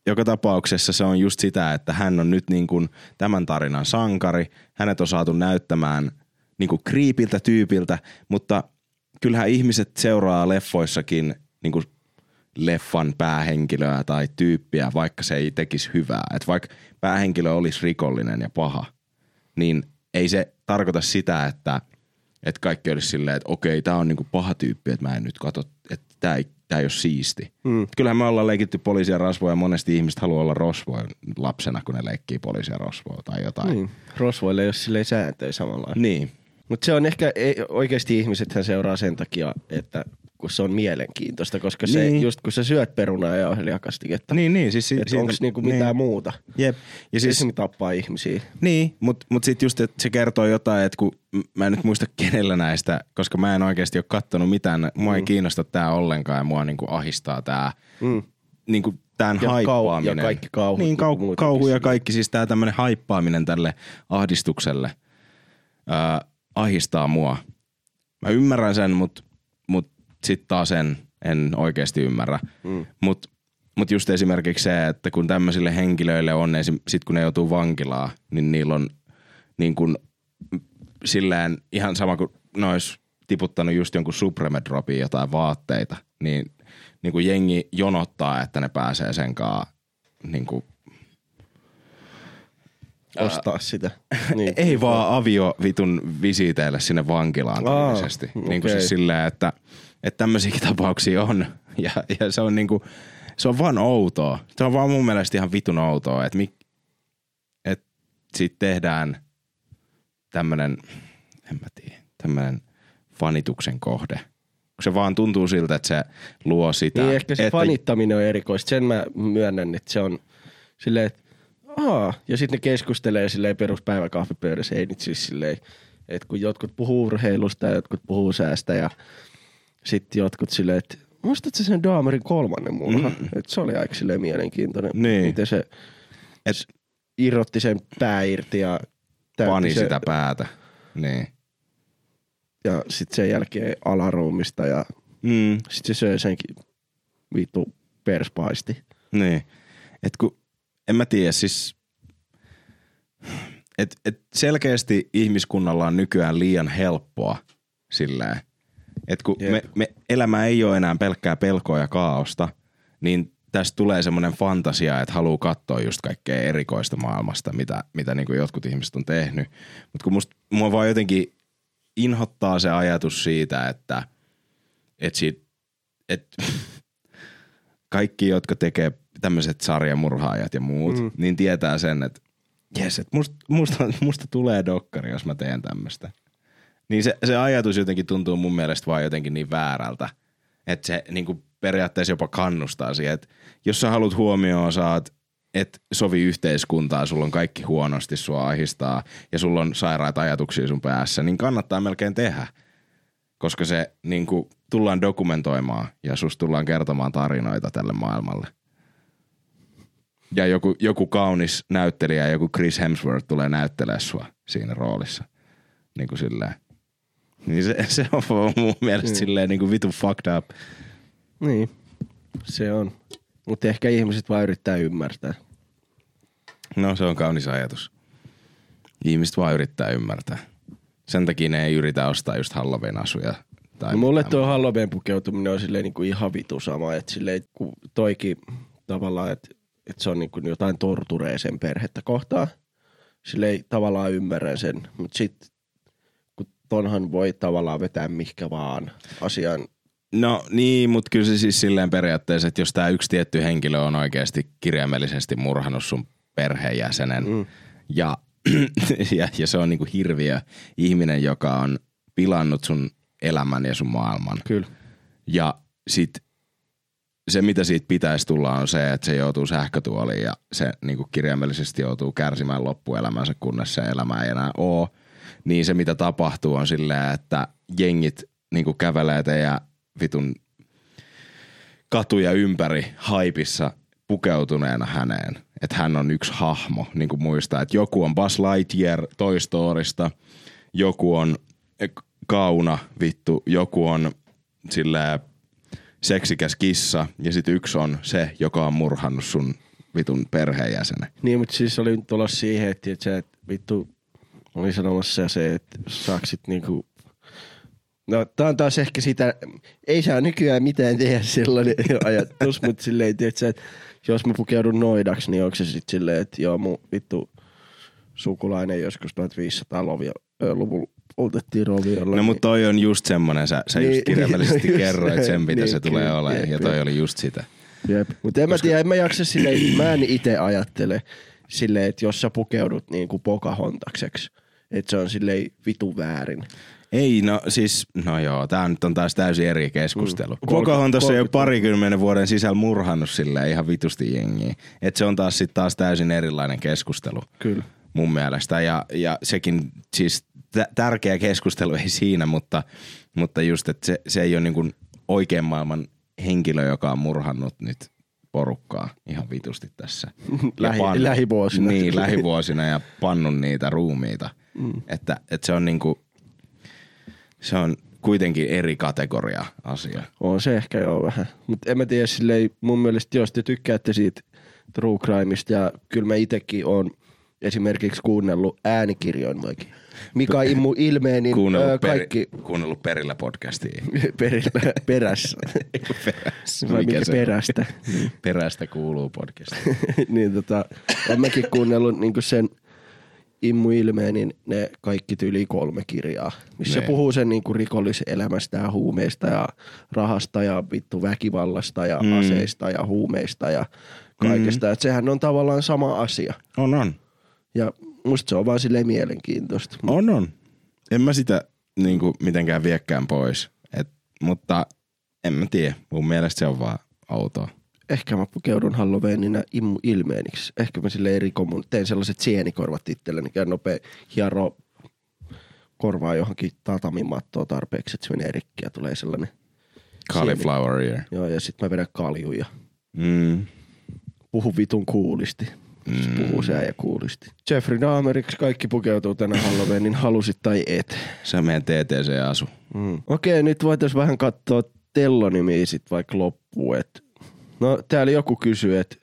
joka tapauksessa se on just sitä, että hän on nyt niin kuin tämän tarinan sankari. Hänet on saatu näyttämään niin kuin kriipiltä tyypiltä, mutta kyllähän ihmiset seuraa leffoissakin niin kuin leffan päähenkilöä tai tyyppiä, vaikka se ei tekisi hyvää. Että vaikka päähenkilö olisi rikollinen ja paha, niin ei se tarkoita sitä, että, että kaikki olisi silleen, että okei, tää on niinku paha tyyppi, että mä en nyt katso, että tää ei, tää ei ole siisti. Mm. Kyllähän me ollaan leikitty poliisia rosvoja ja monesti ihmiset haluaa olla rosvoja lapsena, kun ne leikkii poliisia rosvoja tai jotain. Niin. Rosvoille ei ole silleen sääntöjä samalla. Niin. Mutta se on ehkä, ei, oikeasti ihmisethän seuraa sen takia, että kun se on mielenkiintoista, koska se, niin. just kun sä syöt perunaa ja jauhelijakastiketta, niin, niin, siis si- että onko niinku mitään niin. muuta. Jep. Ja siis se tappaa ihmisiä. Niin, mutta mut sitten just, että se kertoo jotain, että kun mä en nyt muista kenellä näistä, koska mä en oikeasti ole kattonut mitään, mua mm. ei kiinnosta tää ollenkaan ja mua niinku ahistaa tää, mm. niinku tämän ja haippaaminen. Kau- ja kaikki kauhut. Niin, kau- kauhu ja kaikki, siis tää tämmönen haippaaminen tälle ahdistukselle ää, ahistaa mua. Mä ymmärrän sen, mutta mut sitten taas en, en oikeasti ymmärrä. Mm. Mutta mut just esimerkiksi se, että kun tämmöisille henkilöille on, esim, sit kun ne joutuu vankilaan, niin niillä on niin kun, silleen ihan sama kuin ne ois tiputtanut just jonkun Supreme Dropin jotain vaatteita, niin, niin kun jengi jonottaa, että ne pääsee senkaan niin kun, ostaa ää, sitä. Niin. Ei vaan avio vitun visiiteille sinne vankilaan tyyllisesti. Okay. Niin kuin siis silleen, että että tämmöisiäkin tapauksia on. Ja, ja se on niinku, se on vaan outoa. Se on vaan mun mielestä ihan vitun outoa, että mik, et siitä tehdään tämmönen, en mä tiedä, tämmönen fanituksen kohde. Kun se vaan tuntuu siltä, että se luo sitä. Niin ehkä se että fanittaminen on erikoista. Sen mä myönnän, että se on silleen, että aa, ja sitten ne keskustelee silleen peruspäiväkahvipöydässä. Ei nyt siis silleen, että kun jotkut puhuu urheilusta ja jotkut puhuu säästä ja sitten jotkut silleen, että muistatko sen Dahmerin kolmannen murha? Mm. Että se oli aika silleen mielenkiintoinen. Niin. Miten se et, irrotti sen pää irti ja pani se, sitä päätä. Niin. Ja sitten sen jälkeen alaruumista ja mm. sitten se söi senkin vittu perspaisti. Niin. Et kun, en mä tiedä, siis et, et selkeästi ihmiskunnalla on nykyään liian helppoa silleen. Että kun me, me elämä ei ole enää pelkkää pelkoa ja kaaosta, niin tästä tulee semmoinen fantasia, että haluaa katsoa just kaikkea erikoista maailmasta, mitä, mitä niin kuin jotkut ihmiset on tehnyt. Mutta kun musta, mua vaan jotenkin inhottaa se ajatus siitä, että, että, siitä, että kaikki, jotka tekee tämmöiset sarjamurhaajat ja muut, mm. niin tietää sen, että jes, että musta, musta, musta tulee dokkari, jos mä teen tämmöistä. Niin se, se ajatus jotenkin tuntuu mun mielestä vaan jotenkin niin väärältä, että se niin kuin periaatteessa jopa kannustaa siihen, että jos sä haluat huomioon, saat, et sovi yhteiskuntaa, sulla on kaikki huonosti, sua ahistaa ja sulla on sairaita ajatuksia sun päässä, niin kannattaa melkein tehdä, koska se niin kuin tullaan dokumentoimaan ja susta tullaan kertomaan tarinoita tälle maailmalle. Ja joku, joku kaunis näyttelijä, joku Chris Hemsworth tulee näyttelemään sua siinä roolissa, niin kuin silleen. Niin se, se on mun mielestä mm. silleen niin kuin vitun fucked up. Niin, se on. Mutta ehkä ihmiset vaan yrittää ymmärtää. No se on kaunis ajatus. Ihmiset vaan yrittää ymmärtää. Sen takia ne ei yritä ostaa just Halloween-asuja. Tai no mulle tuo Halloween pukeutuminen on silleen niin kuin ihan vitu sama. Että silleen kun toikin tavallaan, että, että se on niin kuin jotain torturee sen perhettä kohtaan. Silleen tavallaan ymmärrän sen. Mutta sitten tonhan voi tavallaan vetää mihkä vaan asian. No niin, mutta kyllä se siis silleen periaatteessa, että jos tää yksi tietty henkilö on oikeasti kirjaimellisesti murhannut sun perheenjäsenen mm. ja, ja, ja se on niinku hirviö ihminen, joka on pilannut sun elämän ja sun maailman. Kyllä. Ja sit se, mitä siitä pitäisi tulla, on se, että se joutuu sähkötuoliin ja se niinku kirjaimellisesti joutuu kärsimään loppuelämänsä, kunnes se elämä ei enää oo. Niin se, mitä tapahtuu, on silleen, että jengit niinku kävelee teidän vitun katuja ympäri haipissa pukeutuneena häneen. Että hän on yksi hahmo, niin kuin muistaa. Että joku on Buzz Lightyear Toy Storysta, joku on Kauna vittu, joku on silleen seksikäs kissa ja sitten yksi on se, joka on murhannut sun vitun perheenjäsenen. Niin, mutta siis oli tulossa siihen, että, että sä et vittu oli sanomassa se, että saaksit niinku... No tää on taas ehkä sitä, ei saa nykyään mitään tehdä sellainen ajatus, mutta silleen, että, että jos mä pukeudun noidaksi, niin onko se sit silleen, että joo mun vittu sukulainen joskus tuhatviisisataaluvulla poltettiin roviolla. No niin... mutta toi on just semmonen, sä, sä niin, just kirjaimellisesti just, kerroit sen, mitä niin, se tulee kyllä, olemaan, jep, ja toi jep. oli just sitä. Jep, mutta en Koska... mä tiedä, en mä jaksa silleen, mä en ite ajattele silleen, että jos sä pukeudut niinku Pocahontakseksi, että se on silleen vitu väärin. Ei, no siis, no joo, tää nyt on taas täysin eri keskustelu. Mm. Pocahontas ei ole parikymmenen vuoden sisällä murhannut silleen ihan vitusti jengiä. Et se on taas sit taas täysin erilainen keskustelu. Kyllä. Mun mielestä. Ja, ja sekin siis t- tärkeä keskustelu ei siinä, mutta, mutta just, että se, se ei ole niinku oikean maailman henkilö, joka on murhannut nyt porukkaa ihan vitusti tässä. Lähi, pannu, lähivuosina. Niin, lähivuosina ja pannun niitä ruumiita. Mm. Että, että se on niinku... Se on kuitenkin eri kategoria asia. On se ehkä joo vähän. Mutta en mä tiedä silleen, mun mielestä jos te tykkäätte siitä true crimeista ja kyllä mä itekin oon esimerkiksi kuunnellut äänikirjoin vaikka. Mika Immu Ilmeen, niin öö, kaikki... Peri, kuunnellut Perillä podcastia. Perillä, perässä. perässä. Vai mikä mikä perästä. Perästä kuuluu podcast. niin tota, oon mäkin kuunnellut niinku sen Immu Ilmeen, niin ne kaikki tyyli kolme kirjaa, missä ne. puhuu sen niinku rikolliselämästä ja huumeista ja rahasta ja vittu väkivallasta ja mm. aseista ja huumeista ja kaikesta. Mm. Et sehän on tavallaan sama asia. On, on. Ja musta se on vaan silleen mielenkiintoista. On, on. En mä sitä niinku mitenkään viekään pois. Et, mutta en mä tiedä. Mun mielestä se on vaan outoa. Ehkä mä pukeudun Halloweenina Immu Ilmeeniksi. Ehkä mä silleen rikon, tein sellaiset sienikorvat itselleni. Käyn nopea hiero korvaa johonkin tatamimattoa tarpeeksi, että se menee rikki ja tulee sellainen Cauliflower ear. Joo, ja sit mä vedän kaljuja. Mm. Puhu vitun kuulisti. Mm. Puhuu se äijä kuulisti. Jeffrey Dahmeriksi kaikki pukeutuu tänä Halloweenin, halusit tai et. Se on meidän T T C-asu. Mm. Okei, nyt voitais vähän katsoa tellonimiä sit vaikka loppuun, et no täällä joku kysyy, että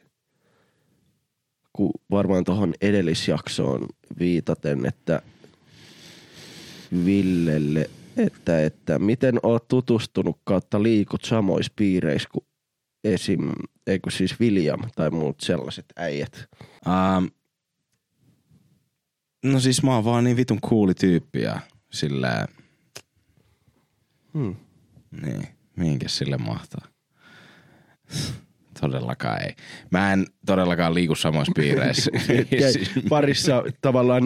kun varmaan tuohon edellisjaksoon viitaten, että Villelle, että, että miten oot tutustunut kautta liikut samoissa piireissä kuin esim. Eikö siis William tai muut sellaiset äijät? Um, no siis mä oon vaan niin vitun cooli tyyppi ja sillä Hmm. niin, mihinkäs sille mahtaa? Todellakaan ei. Mä en todellakaan liiku samoissa piireissä. Parissa tavallaan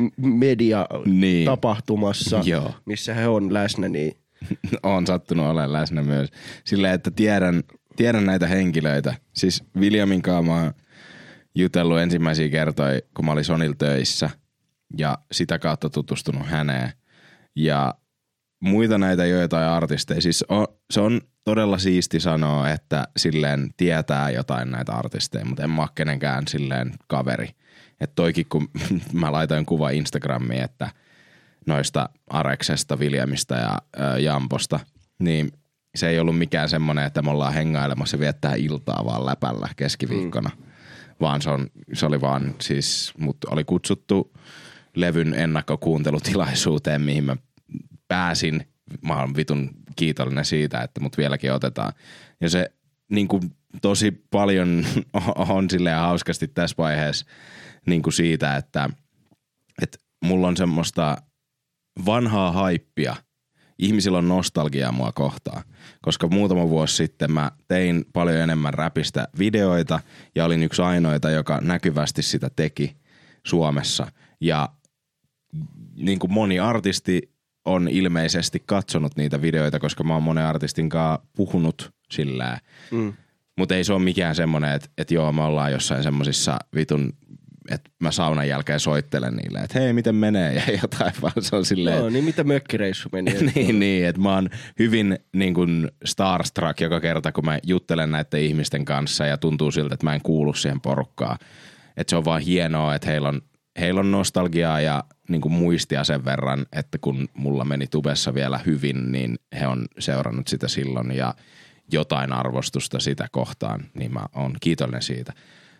media-tapahtumassa, niin. missä he on läsnä, niin... Oon sattunut olemaan läsnä myös. Silleen, että tiedän, tiedän näitä henkilöitä. Siis Williamin kanssa mä oon jutellut ensimmäisiä kertoja, kun mä olin Sonilla töissä. Ja sitä kautta tutustunut häneen. Ja muita näitä joitain artisteja. Siis on, se on todella siisti sanoa, että silleen tietää jotain näitä artisteja, mutta en mä ole kenenkään silleen kaveri. Että toikin, kun mä laitoin kuva Instagramiin, että noista Areksesta, Williamista ja ä, Jamposta, niin se ei ollut mikään semmoinen, että me ollaan hengailemassa ja viettää iltaa vaan läpällä keskiviikkona. Mm. Vaan se, on, se oli vaan siis, mut oli kutsuttu levyn ennakkokuuntelutilaisuuteen, mihin mä pääsin. Mä oon vitun kiitollinen siitä, että mut vieläkin otetaan. Ja se niin kuin tosi paljon on silleen hauskasti tässä vaiheessa niin kuin siitä, että, että mulla on semmoista vanhaa haippia. Ihmisillä on nostalgiaa mua kohtaan, koska muutama vuosi sitten mä tein paljon enemmän räpistä videoita ja olin yksi ainoita, joka näkyvästi sitä teki Suomessa. Ja niin kuin moni artisti on ilmeisesti katsonut niitä videoita, koska mä oon monen artistin kanssa puhunut sillä. Mm. Mutta ei se ole mikään semmoinen, että et joo, me ollaan jossain semmosissa vitun, että mä saunan jälkeen soittelen niille, että hei, miten menee ja jotain, vaan se on silleen. Joo, niin mitä mökkireissu meni. niin, niin, että mä oon hyvin niin kuin starstruck joka kerta, kun mä juttelen näiden ihmisten kanssa ja tuntuu siltä, että mä en kuulu siihen porukkaan. Että se on vaan hienoa, että heillä on, heillä on nostalgiaa ja niin kuin muistia sen verran, että kun mulla meni tubessa vielä hyvin, niin he on seurannut sitä silloin ja jotain arvostusta sitä kohtaan, niin mä oon kiitollinen siitä.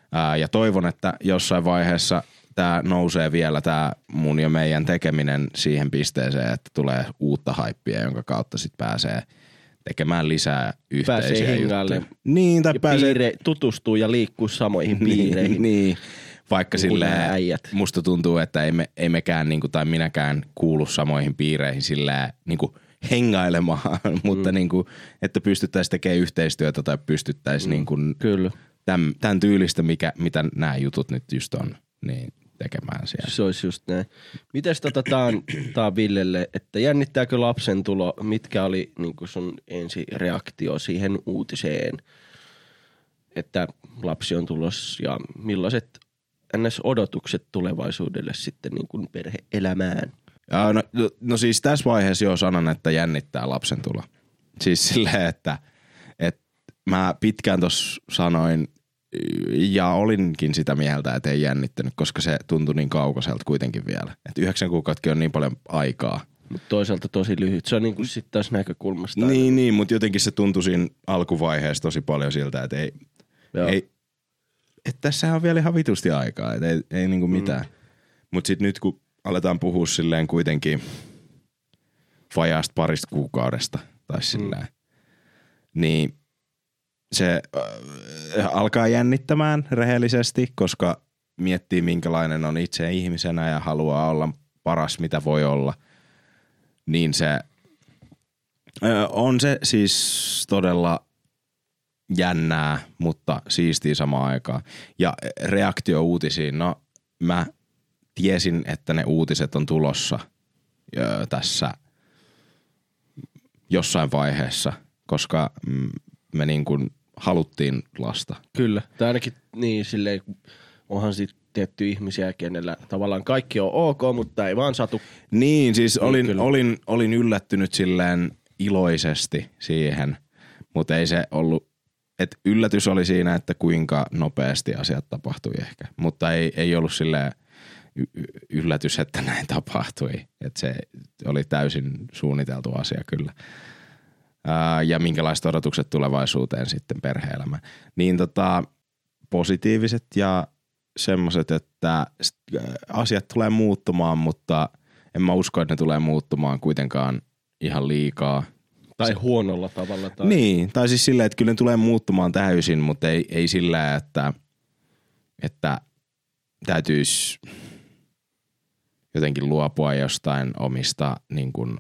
Ää, ja toivon, että jossain vaiheessa tää nousee vielä tää mun ja meidän tekeminen siihen pisteeseen, että tulee uutta haippia, jonka kautta sit pääsee tekemään lisää yhteisiä Pääsee hengailemaan. juttuja. Niin, tai Ja pääsee... piire, tutustuu ja liikkuu samoihin piireihin. niin, niin. Vaikka Niin kuin silleen, nämä äijät. musta tuntuu, että ei, me, ei mekään niinku, tai minäkään kuulu samoihin piireihin silleen niinku hengailemaan, mutta Mm. niinku, että pystyttäisiin tekemään yhteistyötä tai pystyttäisiin Mm. niinku Kyllä. tämän, tämän tyylistä, mikä, mitä nämä jutut nyt just on, niin tekemään siellä. Se olisi just näin. Mites tota tää on, tää on Villelle, että jännittääkö lapsen tulo, mitkä oli niinku sun ensi reaktio siihen uutiseen, että lapsi on tulossa ja millaiset ns. Odotukset tulevaisuudelle sitten niin kuin perhe-elämään? Ja no, no, no siis tässä vaiheessa jo sanon, että jännittää lapsen tulo. Siis silleen, että, että mä pitkään tossa sanoin ja olinkin sitä mieltä, että ei jännittänyt, koska se tuntui niin kaukaiselta kuitenkin vielä. Että yhdeksän kuukauttakin on niin paljon aikaa. Mutta toisaalta tosi lyhyt. Se on niin kuin sitten taas näkökulmasta. Niin, niin, mutta jotenkin se tuntui siinä alkuvaiheessa tosi paljon siltä, että ei, ei että tässä on vielä ihan vitusti aikaa, että ei, ei niinku mitään. Mm. Mutta sitten nyt kun aletaan puhua silleen kuitenkin vajaasta parista kuukaudesta tai silleen, mm. niin se äh, alkaa jännittämään rehellisesti, koska miettii minkälainen on itse ihmisenä ja haluaa olla paras mitä voi olla, niin se äh, on se siis todella jännää, mutta siistiä samaan aikaan. Ja reaktio uutisiin, no mä tiesin, että ne uutiset on tulossa ö, tässä jossain vaiheessa, koska me niin kuin haluttiin lasta. Kyllä. Tai ainakin niin silleen, onhan sitten tietty ihmisiä, kenellä tavallaan kaikki on ok, mutta ei vaan satu. Niin, siis Niin, olin, olin, olin yllättynyt silleen iloisesti siihen, mutta ei se ollut. Et yllätys oli siinä, että kuinka nopeasti asiat tapahtui ehkä, mutta ei, ei ollut silleen y- yllätys, että näin tapahtui. Et se oli täysin suunniteltu asia kyllä. Ää, ja minkälaiset odotukset tulevaisuuteen sitten perhe-elämään. Niin tota, positiiviset ja semmoiset, että asiat tulee muuttumaan, mutta en mä usko, että ne tulee muuttumaan kuitenkaan ihan liikaa. Tai huonolla tavalla. Tai... Niin, tai siis silleen, että kyllä ne tulee muuttumaan täysin, mutta ei, ei sillä, että, että täytyisi jotenkin luopua jostain omista niin kuin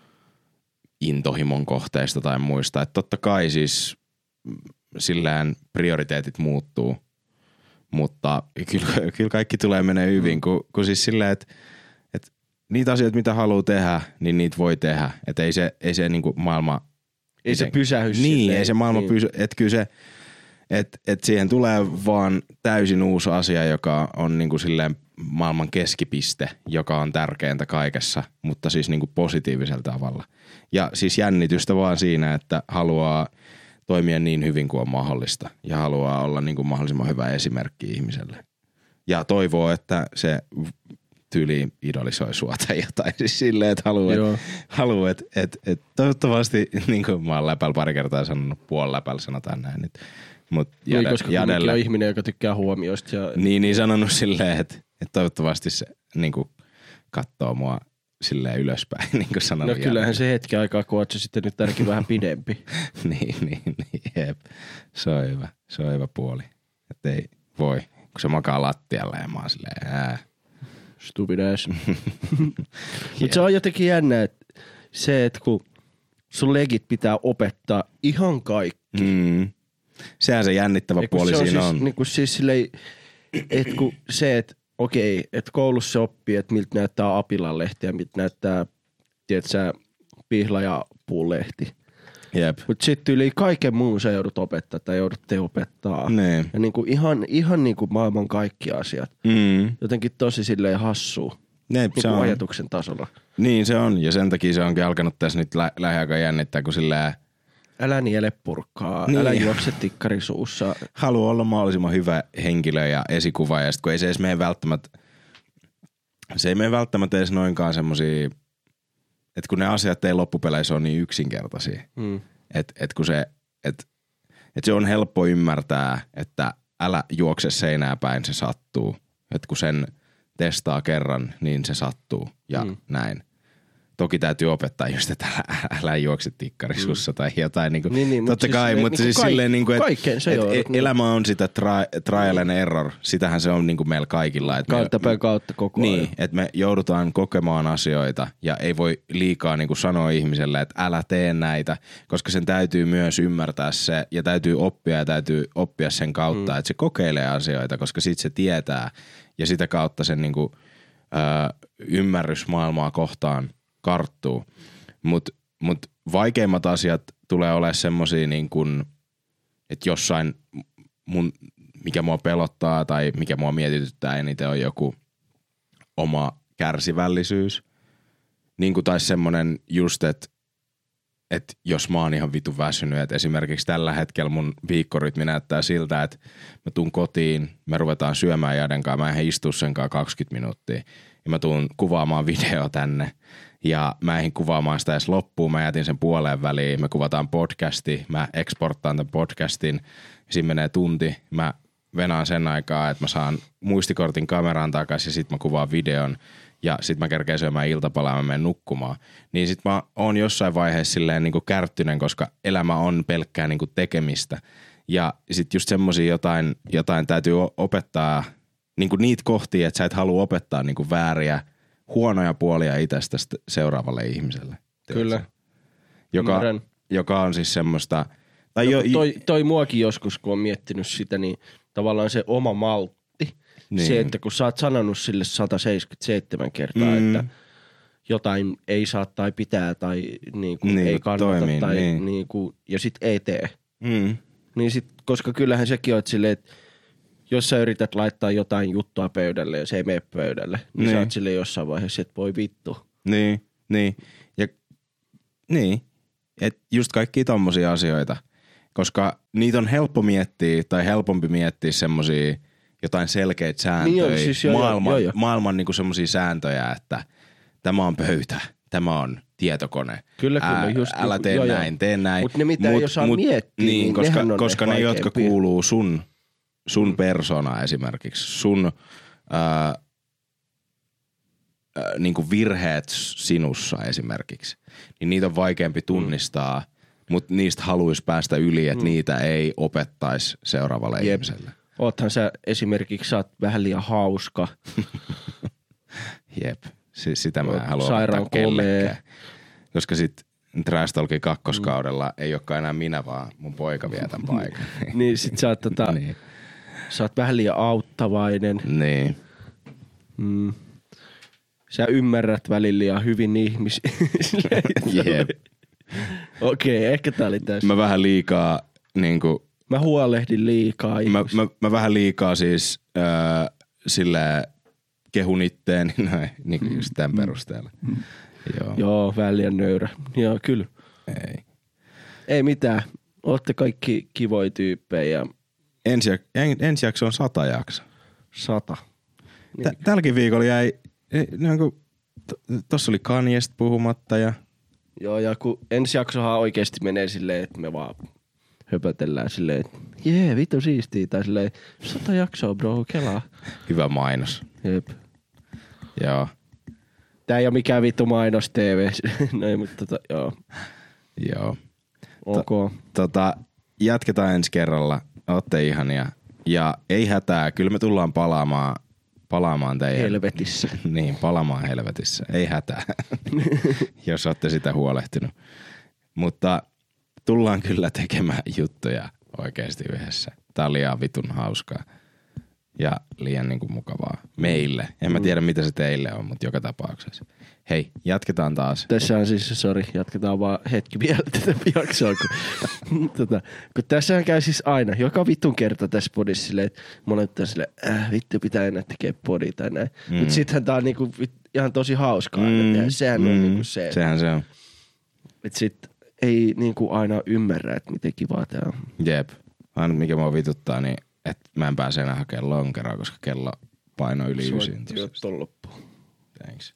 intohimon kohteista tai muista. Että totta kai siis sillään prioriteetit muuttuu, mutta kyllä, kyllä kaikki tulee menee hyvin, mm. kun, kun siis silleen, että, että niitä asioita, mitä haluaa tehdä, niin niitä voi tehdä. Että ei se, ei se niinku maailma... Ei se pysähy Niin, silleen. ei se maailma niin. pysy... Että kyllä se... Että et siihen tulee vaan täysin uusi asia, joka on niinku silleen maailman keskipiste, joka on tärkeintä kaikessa, mutta siis niinku positiivisella tavalla. Ja siis jännitystä vaan siinä, että haluaa toimia niin hyvin kuin on mahdollista ja haluaa olla niinku mahdollisimman hyvä esimerkki ihmiselle. Ja toivoo, että se tyyliin idolisoi sua tai jotain. Siis silleen, että haluaa, haluu, että et, et, toivottavasti, niin kuin mä oon läpällä pari kertaa sanonut, puoli läpällä sanotaan näin nyt. Mut jade, niin, koska Jadelle on ihminen, joka tykkää huomioista. Ja... Niin, niin sanonut silleen, että, että toivottavasti se niin kuin katsoo mua silleen ylöspäin, niin kuin sanonut. No kyllähän se hetki aikaa, kun oot se sitten nyt ainakin vähän pidempi. niin, niin, niin, jep. Se on hyvä, se on hyvä puoli. Että ei voi, kun se makaa lattialla ja mä oon silleen, ää. Stupid ass. Mutta se on jotenkin jännä, että se, että kun sun legit pitää opettaa ihan kaikki. Mm. Sehän se jännittävä puoli se siinä on. on. Siis, niin kuin siis silleen, että kun se, että okei, että koulussa se oppii, että miltä näyttää apilanlehti ja miltä näyttää, tiedätkö, pihlajapuulehti. Jep. Mutta sitten yli kaiken muun sä joudut opettaa tai joudut te opettaa. Niin. Ja niinku ihan, ihan niinku maailman kaikki asiat. Mm. Jotenkin tosi silleen hassua. Jep, niinku se on. ajatuksen tasolla. Niin se on, ja sen takia se onkin alkanut tässä nyt lä- lähiaikaan jännittää, kun silleen... Älä niele purkkaa, niin. Älä juokse tikkari suussa. Haluaa olla mahdollisimman hyvä henkilö ja esikuva, ja sit kun ei se edes mene välttämättä... Se ei mene välttämättä edes noinkaan semmosia... Että kun ne asiat ei loppupeleissä ole niin yksinkertaisia. Hmm. Että et kun se... Että et se on helppo ymmärtää, että älä juokse seinää päin, se sattuu. Että kun sen testaa kerran, niin se sattuu ja mm. näin. Toki täytyy opettaa just, että älä, älä juokse tikkarisussa mm. tai jotain. Niin kuin, niin, niin, totta kai, mutta siis niin silleen, niin kuin, että et, niin. elämä on sitä tri, trial and error. Sitähän se on niin kuin meillä kaikilla. Että Kantapään kautta koko ajan. Niin, että me joudutaan kokemaan asioita ja ei voi liikaa niin kuin sanoa ihmiselle, että älä tee näitä, koska sen täytyy myös ymmärtää se ja täytyy oppia ja täytyy oppia sen kautta, mm. että se kokeilee asioita, koska sit se tietää ja sitä kautta sen niin kuin, ö, ymmärrys maailmaa kohtaan karttuu. Mutta mut vaikeimmat asiat tulee olemaan semmosia niin kuin, että jossain mun, mikä mua pelottaa tai mikä mua mietityttää eniten on joku oma kärsivällisyys. Niin kuin taisi semmonen just, että et jos mä oon ihan vitu väsynyt, että esimerkiksi tällä hetkellä mun viikkorytmi näyttää siltä, että mä tuun kotiin, me ruvetaan syömään Jadenkaan, mä en istu senkaan kaksikymmentä minuuttia ja mä tuun kuvaamaan video tänne. Ja mä eihin kuvaamaan sitä edes loppuun, mä jätin sen puoleen väliin, me kuvataan podcasti, mä exporttaan tämän podcastin, siinä menee tunti, mä venaan sen aikaa, että mä saan muistikortin kameraan takaisin ja sit mä kuvaan videon ja sit mä kerkeen syömään iltapalaa ja mä menen nukkumaan. Niin sit mä oon jossain vaiheessa silleen niinku kärttynen, koska elämä on pelkkää niinku tekemistä. Ja sit just semmosia jotain, jotain täytyy opettaa, niinku niitä kohtia, että sä et halua opettaa niinku vääriä, huonoja puolia itsestä seuraavalle ihmiselle. Kyllä. Joka, joka on siis semmoista. Tai jo, toi, toi muakin joskus, kun on miettinyt sitä, niin tavallaan se oma maltti. Niin. Se, että kun sä oot sanonut sille sata seitsemänkymmentäseitsemän kertaa, mm. että jotain ei saa tai pitää tai niinku niin, ei kannata toimii, tai niin. niinku, ja sit ei tee. Mm. Niin sit, koska kyllähän sekin on silleen, että jos sä yrität laittaa jotain juttua pöydälle ja se ei mene pöydälle, niin, niin. sä oot silleen jossain vaiheessa, että voi vittu. Niin, niin. Ja niin, että just kaikkia tommosia asioita, koska niitä on helppo miettiä tai helpompi miettiä semmosia jotain selkeitä sääntöjä, niin on, siis jo, maailman, jo, jo. maailman niinku semmosia sääntöjä, että tämä on pöytä, tämä on tietokone. Kyllä, kyllä. Ää, just, älä tee jo, näin, tee näin. Mutta ne mitä mut, ei osaa mut, miettiä, niin, niin koska, on koska ne, jotka kuuluu sun, sun mm. persona esimerkiksi, sun ää, ää, niinku virheet sinussa esimerkiksi, niin niitä on vaikeampi tunnistaa, mm. mutta niistä haluaisi päästä yli, että mm. niitä ei opettaisi seuraavalle Jep. ihmiselle. Oothan sä esimerkiksi, sä oot vähän liian hauska. Jep, siis sitä mä en halua opettaa kellekään. Koska sit Trash Talkin kakkoskaudella mm. ei olekaan enää minä, vaan mun poika vie tämän paikan. Niin sit sä oot, tota, niin. sä oot vähän liian auttavainen. Niin. Mm. Sä ymmärrät välillä liian hyvin ihmisiä. Jep. Okei, okay, ehkä tää oli tässä. Mä vähän liikaa niinku... Mä huolehdin liikaa mä, mä, mä vähän liikaa siis äh, silleen kehun itteeni näin, niin kuin just tämän perusteella. Mm. Joo. Joo, vähän liian nöyrä. Joo, kyllä. Ei. Ei mitään. Ootte kaikki kivoja tyyppejä. Ensi, en, ensi jakso on sata jakso. Sata. Niin. Tälläkin viikolla jäi, niin kuin, tossa oli Kanyesta puhumatta ja... Joo, ja kun ensi jaksohan oikeesti menee silleen, että me vaan höpötellään silleen, että jee, vittu siistiä. Tai silleen, sata jaksoa bro, kelaa. Hyvä mainos. Jep. Joo. Tää ei oo mikään vittu mainos T V. No ei, mutta tota, joo. Joo. Ok. To, tota, jatketaan ensi kerralla. Ootte ihania. Ja ei hätää, kyllä me tullaan palaamaan, palaamaan teidän... Helvetissä. Niin, palaamaan helvetissä. Ei hätää, jos ootte sitä huolehtinut. Mutta tullaan kyllä tekemään juttuja oikeasti yhdessä. Tää on liian vitun hauskaa. Ja liian niinku mukavaa meille. En mä tiedä, mitä se teille on, mutta joka tapauksessa. Hei, jatketaan taas. Tässä on siis, sori, jatketaan vaan hetki vielä tätä jaksoa. Kun, tota, kun tässähän käy siis aina, joka vittun kerta tässä podissa silleen, että monet on silleen, äh, vittu pitää enää tekee podia tai näin. Mm. Mutta sittenhän tää on niinku ihan tosi hauskaa. Mm. Sehän mm. on niinku se. Sehän se on. Että sit ei niinku aina ymmärrä, että miten kivaa tää on. Jep. Aina mikä mua vituttaa, niin että mä en pääse enää hakemaan lonkeroa, koska kello paino yli ysin. Joo, ton loppuun. Thanks.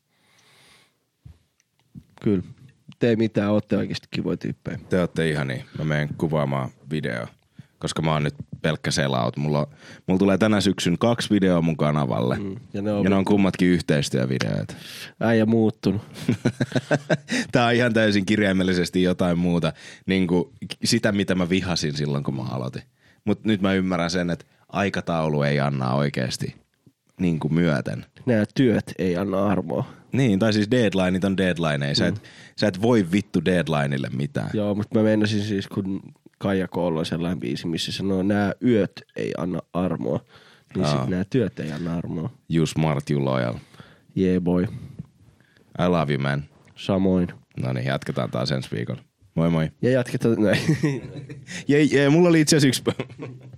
Kyllä. Tee mitään, ootte oikeesti kivoja tyyppejä. Te ootte ihania. Mä menen kuvaamaan video, koska mä oon nyt pelkkä sellout. Mulla, mulla tulee tänä syksyn kaksi videoa mun kanavalle. Mm, ja, ne on, ja ne on kummatkin yhteistyövideoita. Äijä muuttunut. Tää on ihan täysin kirjaimellisesti jotain muuta. Niin kuin sitä, mitä mä vihasin silloin, kun mä aloitin. Mut nyt mä ymmärrän sen, että aikataulu ei anna oikeesti niin kuin myöten. Nämä työt ei anna armoa. Niin, tai siis deadlineit on deadlineja. Sä, mm. sä et voi vittu deadlineille mitään. Joo, mutta mä meinasin siis, kun Kaija Koolla on sellainen biisi, missä sanoo, nämä yöt ei anna armoa. Niin sit nämä työt ei anna armoa. You smart, you loyal. Yeah boy. I love you, man. Samoin. No niin, jatketaan taas ensi viikolla. Moi moi. Ja jatketaan näin. ja, ja mulla oli itse asiassa yksi